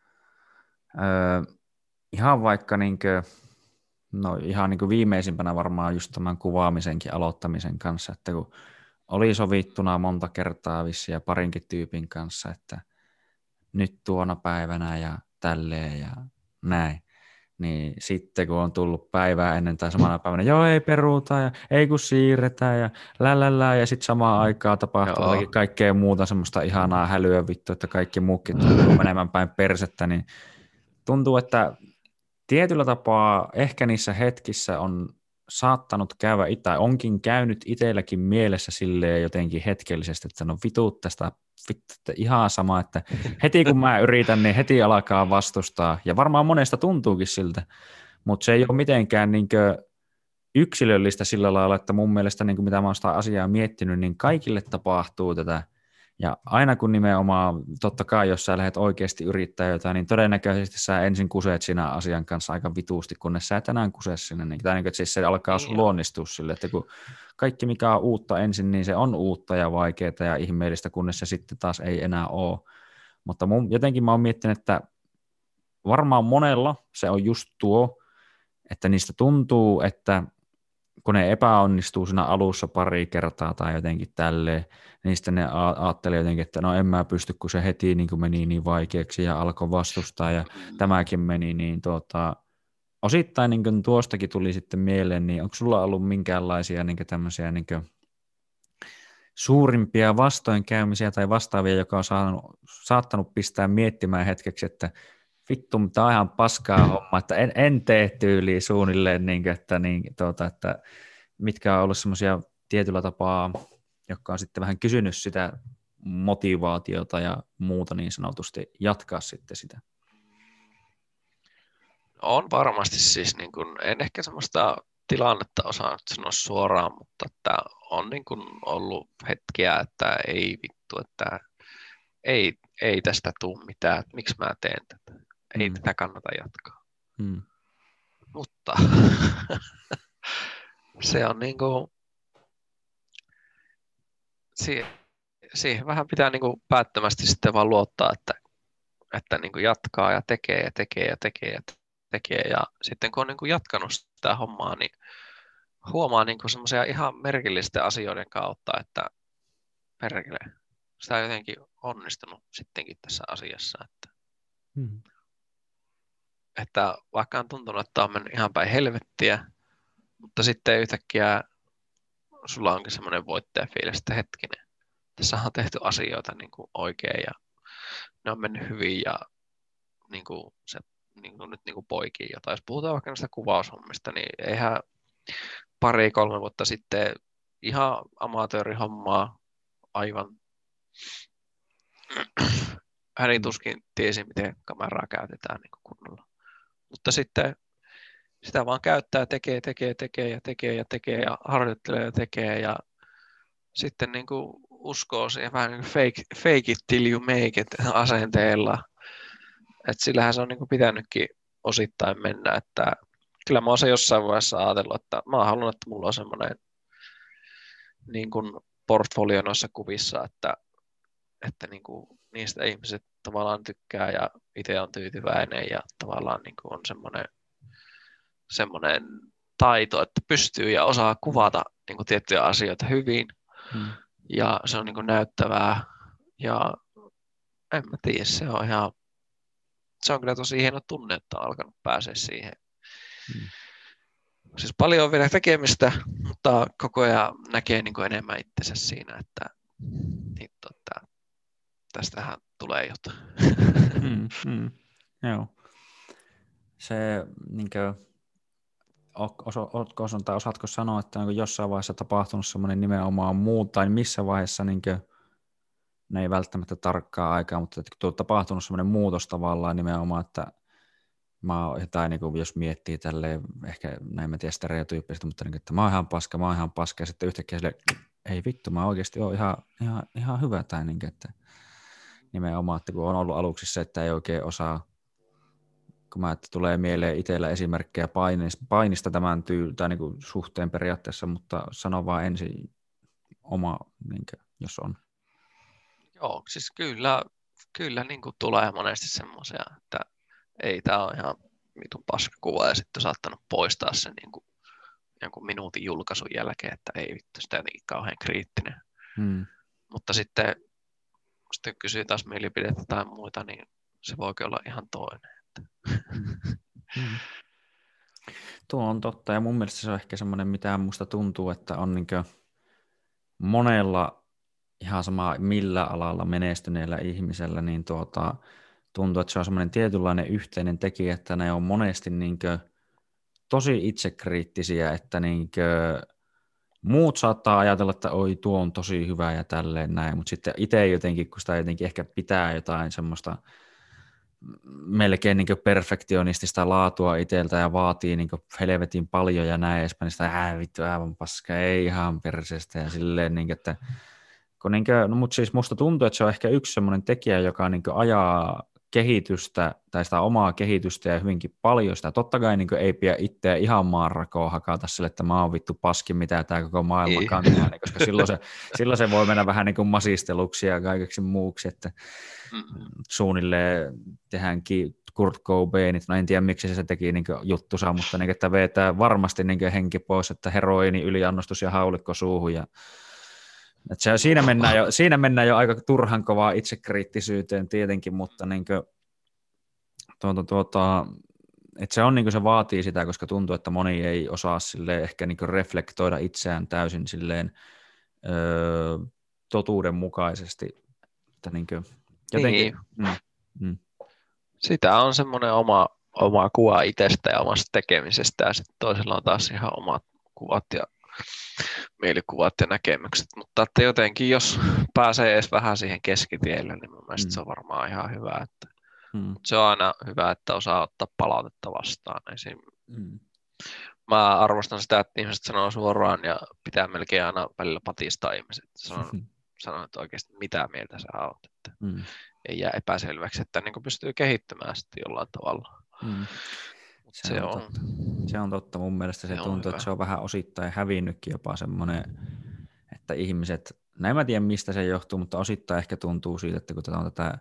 öö, ihan vaikka niin kuin, no ihan niin kuin viimeisimpänä varmaan just tämän kuvaamisenkin aloittamisen kanssa, että kun oli sovittuna monta kertaa vissiin ja parinkin tyypin kanssa, että nyt tuona päivänä ja tälleen ja näin. Niin sitten kun on tullut päivää ennen tai samana päivänä, joo ei peruuta ja ei kun siirretään ja lälällä ja sitten samaan aikaan tapahtuu Joo. jotakin kaikkea muuta semmoista ihanaa hälyä vittu, että kaikki muukin tuntuu menemään päin persettä, niin tuntuu, että tietyllä tapaa ehkä niissä hetkissä on saattanut käydä, tai onkin käynyt itselläkin mielessä silleen jotenkin hetkellisesti, että no vitut tästä, vittu, että ihan sama, että heti kun mä yritän, niin heti alkaa vastustaa, ja varmaan monesta tuntuukin siltä, mutta se ei ole mitenkään niinkö yksilöllistä sillä lailla, että mun mielestä niin kuin mitä mä oon sitä asiaa miettinyt, niin kaikille tapahtuu tätä. Ja aina kun nimenomaan, totta kai jos sä lähdet oikeasti yrittää jotain, niin todennäköisesti sä ensin kuseet siinä asian kanssa aika vituusti, kunnes sä et enää kuse sinne. Niin, tai niin, että siis se alkaa sun luonnistua sille, että kun kaikki mikä on uutta ensin, niin se on uutta ja vaikeaa ja ihmeellistä, kunnes se sitten taas ei enää ole. Mutta mun, jotenkin mä oon miettinyt, että varmaan monella se on just tuo, että niistä tuntuu, että kun ne epäonnistuu siinä alussa pari kertaa tai jotenkin tälleen, niin sitten ne ajattelee jotenkin, että no en mä pysty, kun se heti niin kuin meni niin vaikeaksi ja alkoi vastustaa ja tämäkin meni, niin tuota, osittain niin kuin tuostakin tuli sitten mieleen, niin onko sulla ollut minkäänlaisia niin kuin tämmöisiä niin kuin suurimpia vastoinkäymisiä tai vastaavia, joka on saanut, saattanut pistää miettimään hetkeksi, että vittu, tämä on ihan paskaa homma, että en, en tee tyyliä suunnilleen, niin kuin, että, niin, tuota, että mitkä on ollut semmoisia tietyllä tapaa, jotka on sitten vähän kysynyt sitä motivaatiota ja muuta niin sanotusti jatkaa sitten sitä. On varmasti siis, niin kuin, en ehkä semmoista tilannetta osaa sanoa suoraan, mutta että on niin kuin ollut hetkiä, että ei vittu, että ei, ei tästä tule mitään, että miksi mä teen tätä, ei mm. tätä kannata jatkaa. Mm. Mutta se on niin kuin, siihen, siihen vähän pitää niin kuin päättömästi sitten vaan luottaa, että, että niin kuin jatkaa ja tekee ja tekee ja tekee ja tekee. Ja sitten kun on niin kuin jatkanut sitä hommaa, niin huomaa niin kuin semmoisia ihan merkillisten asioiden kautta, että perkele, sitä on jotenkin onnistunut sittenkin tässä asiassa. Että, hmm. että vaikka on tuntunut, että on mennyt ihan päin helvettiä, mutta sitten yhtäkkiä sulla onkin semmoinen voittajafiilis, että hetkinen, tässä on tehty asioita niin kuin oikein ja ne on mennyt hyvin ja niin kuin se niin kuin nyt niin kuin poikii jotain. Jos puhutaan vaikka näistä kuvaushommista, niin eihän pari, kolme vuotta sitten ihan amatöörihommaa aivan. Hän ei tuskin tiesi, miten kameraa käytetään niin kuin kunnolla. Mutta sitten sitä vaan käyttää, tekee, tekee, tekee ja tekee ja tekee ja harjoittelee ja tekee ja sitten niin kuin uskoo siihen vähän niin kuin fake, fake it till you make it asenteella. Et sillähän se on niin kuin pitänytkin osittain mennä, että kyllä mä oon se jossain vaiheessa ajatellut, että mä oon halunnut, että mulla on semmoinen niin kuin portfolio noissa kuvissa, että, että niin kuin niistä ihmiset tavallaan tykkää ja itse on tyytyväinen ja tavallaan niin kuin on semmoinen, semmoinen taito, että pystyy ja osaa kuvata niin kuin tiettyjä asioita hyvin hmm. ja se on niin kuin näyttävää ja en mä tiedä, se on ihan, se on kyllä tosi hieno tunne, että on alkanut pääsee siihen. Hmm. siis paljon on vielä tekemistä, mutta koko ajan näkee niin kuin enemmän itsensä siinä, että niin, tota, tästähän tulee jotain. Mm, mm, joo. Se, niin kuin, ootko, tai osaatko sanoa, että on jossain vaiheessa tapahtunut semmoinen nimenomaan muu, tai missä vaiheessa, niin kuin, ne ei välttämättä tarkkaa aikaa, mutta että on tapahtunut semmoinen muutos tavallaan nimenomaan, että mä oon, tai niin kuin, jos miettii tälleen, ehkä näin mä tiedä stereotyyppistä, mutta niin kuin, että mä oon ihan paska, mä oon ihan paska, ja sitten yhtäkkiä silleen, ei vittu, mä oikeasti oon ihan, ihan, ihan hyvä, tai niin kuin, että nimenomaan, että kun on ollut aluksi se, että ei oikein osaa, kun mä, että tulee mieleen itsellä esimerkkejä painista, painista tämän tyy, tai niin kuin suhteen periaatteessa, mutta sano vaan ensin oma, niin kuin, jos on. Joo, siis kyllä, kyllä niin kuin tulee monesti semmoisia, että ei tämä ole ihan vitun paskakuva, ja sitten on saattanut poistaa sen niin kuin, jonkun minuutin julkaisun jälkeen, että ei vittu, sitä jotenkin kauhean kriittinen. Hmm. Mutta sitten, sitten kysyy taas mielipidettä tai muita, niin se voikin olla ihan toinen. Että. Hmm. Tuo on totta, ja mun mielestä se on ehkä semmoinen, mitä musta tuntuu, että on niin monella ihan sama millä alalla menestyneellä ihmisellä, niin tuota, tuntuu, että se on semmoinen tietynlainen yhteinen tekijä, että ne on monesti niin tosi itsekriittisiä, että niin muut saattaa ajatella, että oi tuo on tosi hyvä ja tälleen näin, mutta sitten itse jotenkin, kun sitä jotenkin ehkä pitää jotain semmoista melkein niin perfektionistista laatua itseltä ja vaatii niin helvetin paljon ja näin edespäin, niin sitä ää vittu aivan paska, ei ihan perseestä ja silleen, niin kuin, että kun niin kuin, no, mutta siis musta tuntuu, että se on ehkä yksi semmoinen tekijä, joka niin ajaa kehitystä tai sitä omaa kehitystä ja hyvinkin paljon sitä. Totta kai niin ei pidä itseä ihan maanrakoon hakata sille, että mä oon vittu paskin, mitä tämä koko maailma kantaa, niin, koska silloin se, silloin se voi mennä vähän niin kuin masisteluksi ja kaikeksi muuksi, että suunnilleen tehdään Kurt Cobainit, no en tiedä miksi se teki niin juttusa, mutta niin, että vetää varmasti niin henki pois, että heroini, yliannostus ja haulikko suuhun ja että se, siinä, mennään jo, siinä mennään jo aika turhan kovaa itsekriittisyyteen tietenkin, mutta niin kuin, tuota, tuota, että se, on, niin kuin se vaatii sitä, koska tuntuu, että moni ei osaa silleen, ehkä niin kuin reflektoida itseään täysin silleen, öö, totuudenmukaisesti. Että niin kuin, jotenkin, niin. mm, mm. Sitä on semmoinen oma, oma kuva itsestä ja omasta tekemisestä, ja sitten toisella on taas ihan omat kuvat ja mielikuvat ja näkemykset, mutta että jotenkin jos pääsee edes vähän siihen keskitielle, niin mun mielestä mm. se on varmaan ihan hyvä. Että, mm. se on aina hyvä, että osaa ottaa palautetta vastaan. Esim. Mm. Mä arvostan sitä, että ihmiset sanoo suoraan ja pitää melkein aina välillä patistaa ihmiset. Sanon, mm. sanon että oikeasti mitä mieltä sä oot. Että mm. ei jää epäselväksi, että niin pystyy kehittymään sitten jollain tavalla. Mm. Se, se, on totta. se on totta. Mun mielestä se, se tuntuu, että se on vähän osittain hävinnytkin jopa semmoinen, että ihmiset, näin mä tiedä mistä se johtuu, mutta osittain ehkä tuntuu siitä, että kun tätä on tätä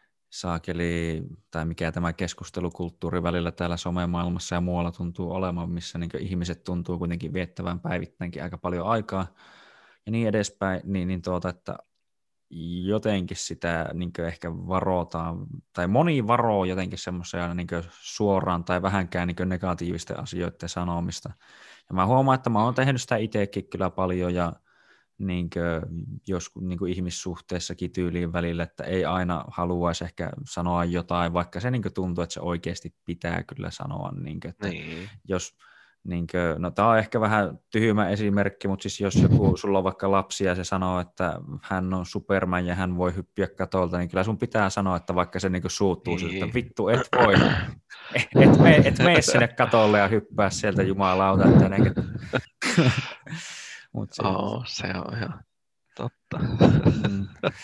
saakeli, tai mikä tämä keskustelukulttuuri välillä täällä somemaailmassa ja muualla tuntuu olemaan, missä niin ihmiset tuntuu kuitenkin viettävän päivittäinkin aika paljon aikaa ja niin edespäin, niin, niin tuota, että jotenkin sitä niin ehkä varotaan, tai moni varoo jotenkin semmoisia niin suoraan tai vähänkään niin negatiivisten asioiden sanomista. Ja mä huomaan, että mä oon tehnyt sitä itsekin kyllä paljon, ja niin joskus niin ihmissuhteessakin tyyliin välillä, että ei aina haluaisi ehkä sanoa jotain, vaikka se niin tuntuu, että se oikeasti pitää kyllä sanoa. Niin kuin, että niin. Jos Niin kuin, no tämä on ehkä vähän tyhmä esimerkki, mutta siis jos joku, sulla on vaikka lapsi ja se sanoo, että hän on Superman ja hän voi hyppiä katolta, niin kyllä sun pitää sanoa, että vaikka se niin kuin suuttuu niin. Siltä, että vittu et voi, et mene et mene sinne katolle ja hyppää sieltä jumalauta. Että niin kuin... Mut se... Oh, se on ihan totta. Mm.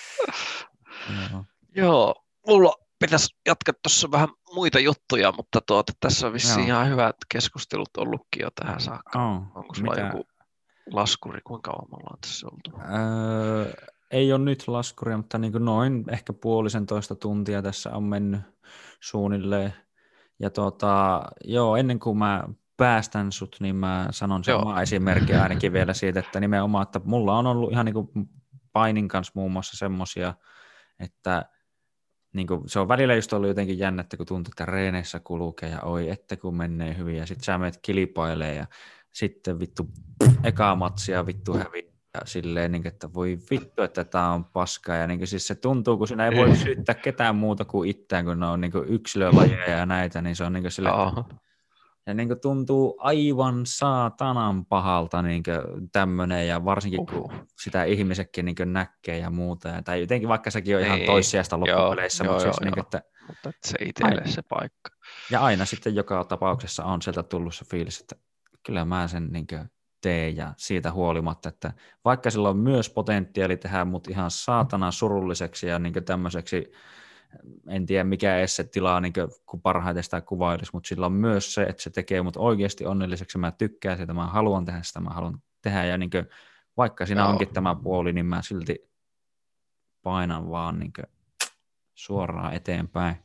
Joo. Joo, mulla pitäisi jatkaa tuossa vähän muita juttuja, mutta tuota, tässä on vissiin ihan hyvät keskustelut ollutkin jo tähän saakka. Oh, onko sulla mitä? Joku laskuri, kuinka kauan me ollaan tässä oltu? Öö, ei ole nyt laskuria, mutta niin kuin noin ehkä puolisentoista tuntia tässä on mennyt suunnilleen. Ja tuota, joo, ennen kuin mä päästän sut, niin mä sanon sen omaa esimerkkiä ainakin vielä siitä, että nimenomaan, että mulla on ollut ihan niin kuin painin kanssa muun muassa semmosia, että niin kuin, se on välillä just ollut jotenkin jännä, että kun tuntuu, että reeneissä kulkee ja oi, että kun menee hyvin ja sitten sä menet kilpailee ja sitten vittu eka matsia vittu häviää ja silleen, niin, että voi vittu, että tää on paskaa ja niin kuin, siis se tuntuu, kun sinä ei voi syyttää ketään muuta kuin itseään, kun ne on niin kuin yksilölajeja ja näitä, niin se on niin kuin silleen, että ja niin kuin tuntuu aivan saatanan pahalta niin kuin tämmöinen, ja varsinkin kun sitä ihmisetkin niin kuin näkee ja muuta. Ja, tai jotenkin vaikka sekin on ihan Niin, toissijasta loppupeleissä. joo, Mutta, joo, siis, joo, niin kuin, että mutta että se itselle aina, se paikka. Ja aina sitten joka tapauksessa on sieltä tullut se fiilis, että kyllä mä sen niin kuin teen ja siitä huolimatta, että vaikka sillä on myös potentiaali tehdä mut ihan saatana surulliseksi ja niin kuin tämmöiseksi, en tiedä mikä edes se tilaa, niin kuin parhaiten sitä kuvailisi, mutta sillä on myös se, että se tekee mut oikeasti onnelliseksi, mä tykkään siitä, mä haluan tehdä sitä, mä haluan tehdä, ja niin kuin, vaikka siinä Joo. onkin tämä puoli, niin mä silti painan vaan niin kuin suoraan eteenpäin.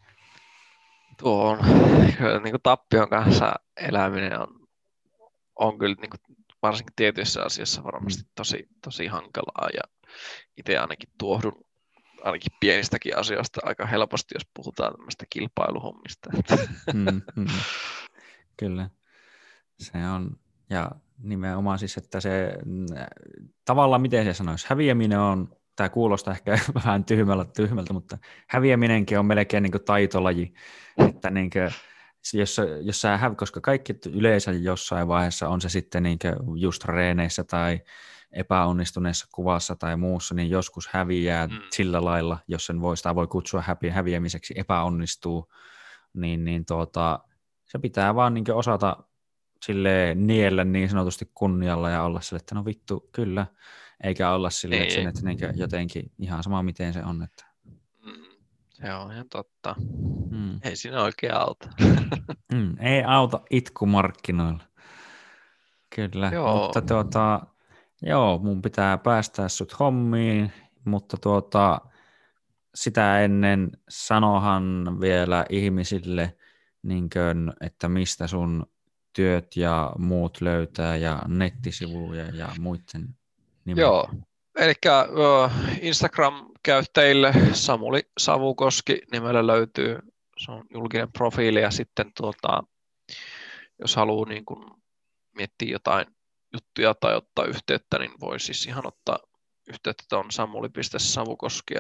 Tuo on, niin kuin tappion kanssa eläminen on, on kyllä niin kuin, varsinkin tietyissä asiassa varmasti tosi, tosi hankalaa, ja itse ainakin tuohdun ainakin pienistäkin asioista aika helposti, jos puhutaan tämmöistä kilpailuhommista. Mm, mm. Kyllä, se on, ja nimenomaan siis, että se tavallaan, miten se sanoisi, häviäminen on, tämä kuulostaa ehkä vähän tyhmältä, tyhmältä mutta häviäminenkin on melkein niin kuin taitolaji, että niin kuin, jos, jos sä häv, koska kaikki yleensä jossain vaiheessa on se sitten niin kuin just reeneissä tai epäonnistuneessa kuvassa tai muussa, niin joskus häviää mm. sillä lailla, jos sen voi, sitä voi kutsua hävi, häviämiseksi, epäonnistuu, niin, niin tuota, se pitää vaan niin osata silleen niellä niin sanotusti kunnialla ja olla sille, että no vittu, kyllä, eikä olla silleen, että, sen, että niin jotenkin ihan sama miten se on. Että... Mm, se on ihan totta. Mm. Ei siinä oikein auta. mm, ei auta itku markkinoilla. Kyllä, Joo. mutta tuota... Joo, mun pitää päästää sut hommiin, mutta tuota, sitä ennen sanohan vielä ihmisille, niin kuin, että mistä sun työt ja muut löytää ja nettisivuja ja muiden nimet. Joo, eli uh, Instagram-käyttäjille Samuli Savukoski nimellä löytyy, se on julkinen profiili, ja sitten tuota, jos haluaa niin kun miettiä jotain juttuja tai ottaa yhteyttä, niin voi siis ihan ottaa yhteyttä tuon samuli piste savukoski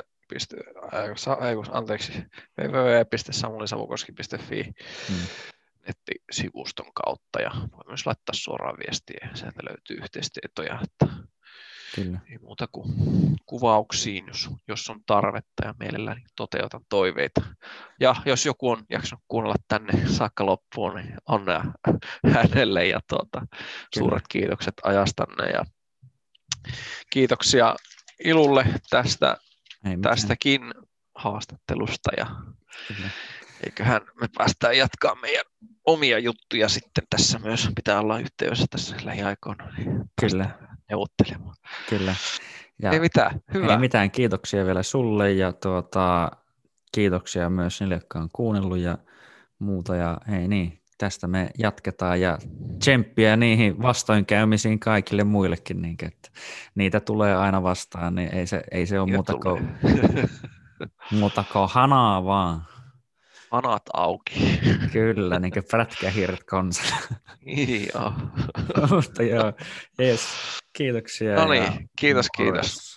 anteeksi, www piste samulisavukoski piste fi hmm. nettisivuston kautta, ja voi myös laittaa suoraan viestiä, ja sieltä löytyy yhteistietoja, että Kyllä. ei muuta kuin kuvauksiin, jos, jos on tarvetta, ja mielelläni toteutan toiveita. Ja jos joku on jaksanut kuunnella tänne saakka loppuun, niin onnea hänelle, ja tuota, suuret kiitokset ajastanne, ja kiitoksia Ilulle tästä, tästäkin haastattelusta, ja Kyllä. eiköhän me päästään jatkaa meidän omia juttuja sitten tässä myös, pitää olla yhteydessä tässä lähiaikoina, niin Kyllä. neuvottelemaan. Kyllä. Ja ei mitään, hyvä. Ei mitään, kiitoksia vielä sulle, ja tuota, kiitoksia myös niille, jotka on kuunnellut ja muuta, ja hei niin, tästä me jatketaan, ja tsemppiä niihin vastoinkäymisiin kaikille muillekin, niin, että niitä tulee aina vastaan, niin ei se, ei se ole muuta kuin, muuta kuin hanaa vaan. Hanat auki. Kyllä, niin kuin prätkähiiret konsana. Joo. Mutta joo, yes. Kiitoksia. No niin, kiitos, kiitos.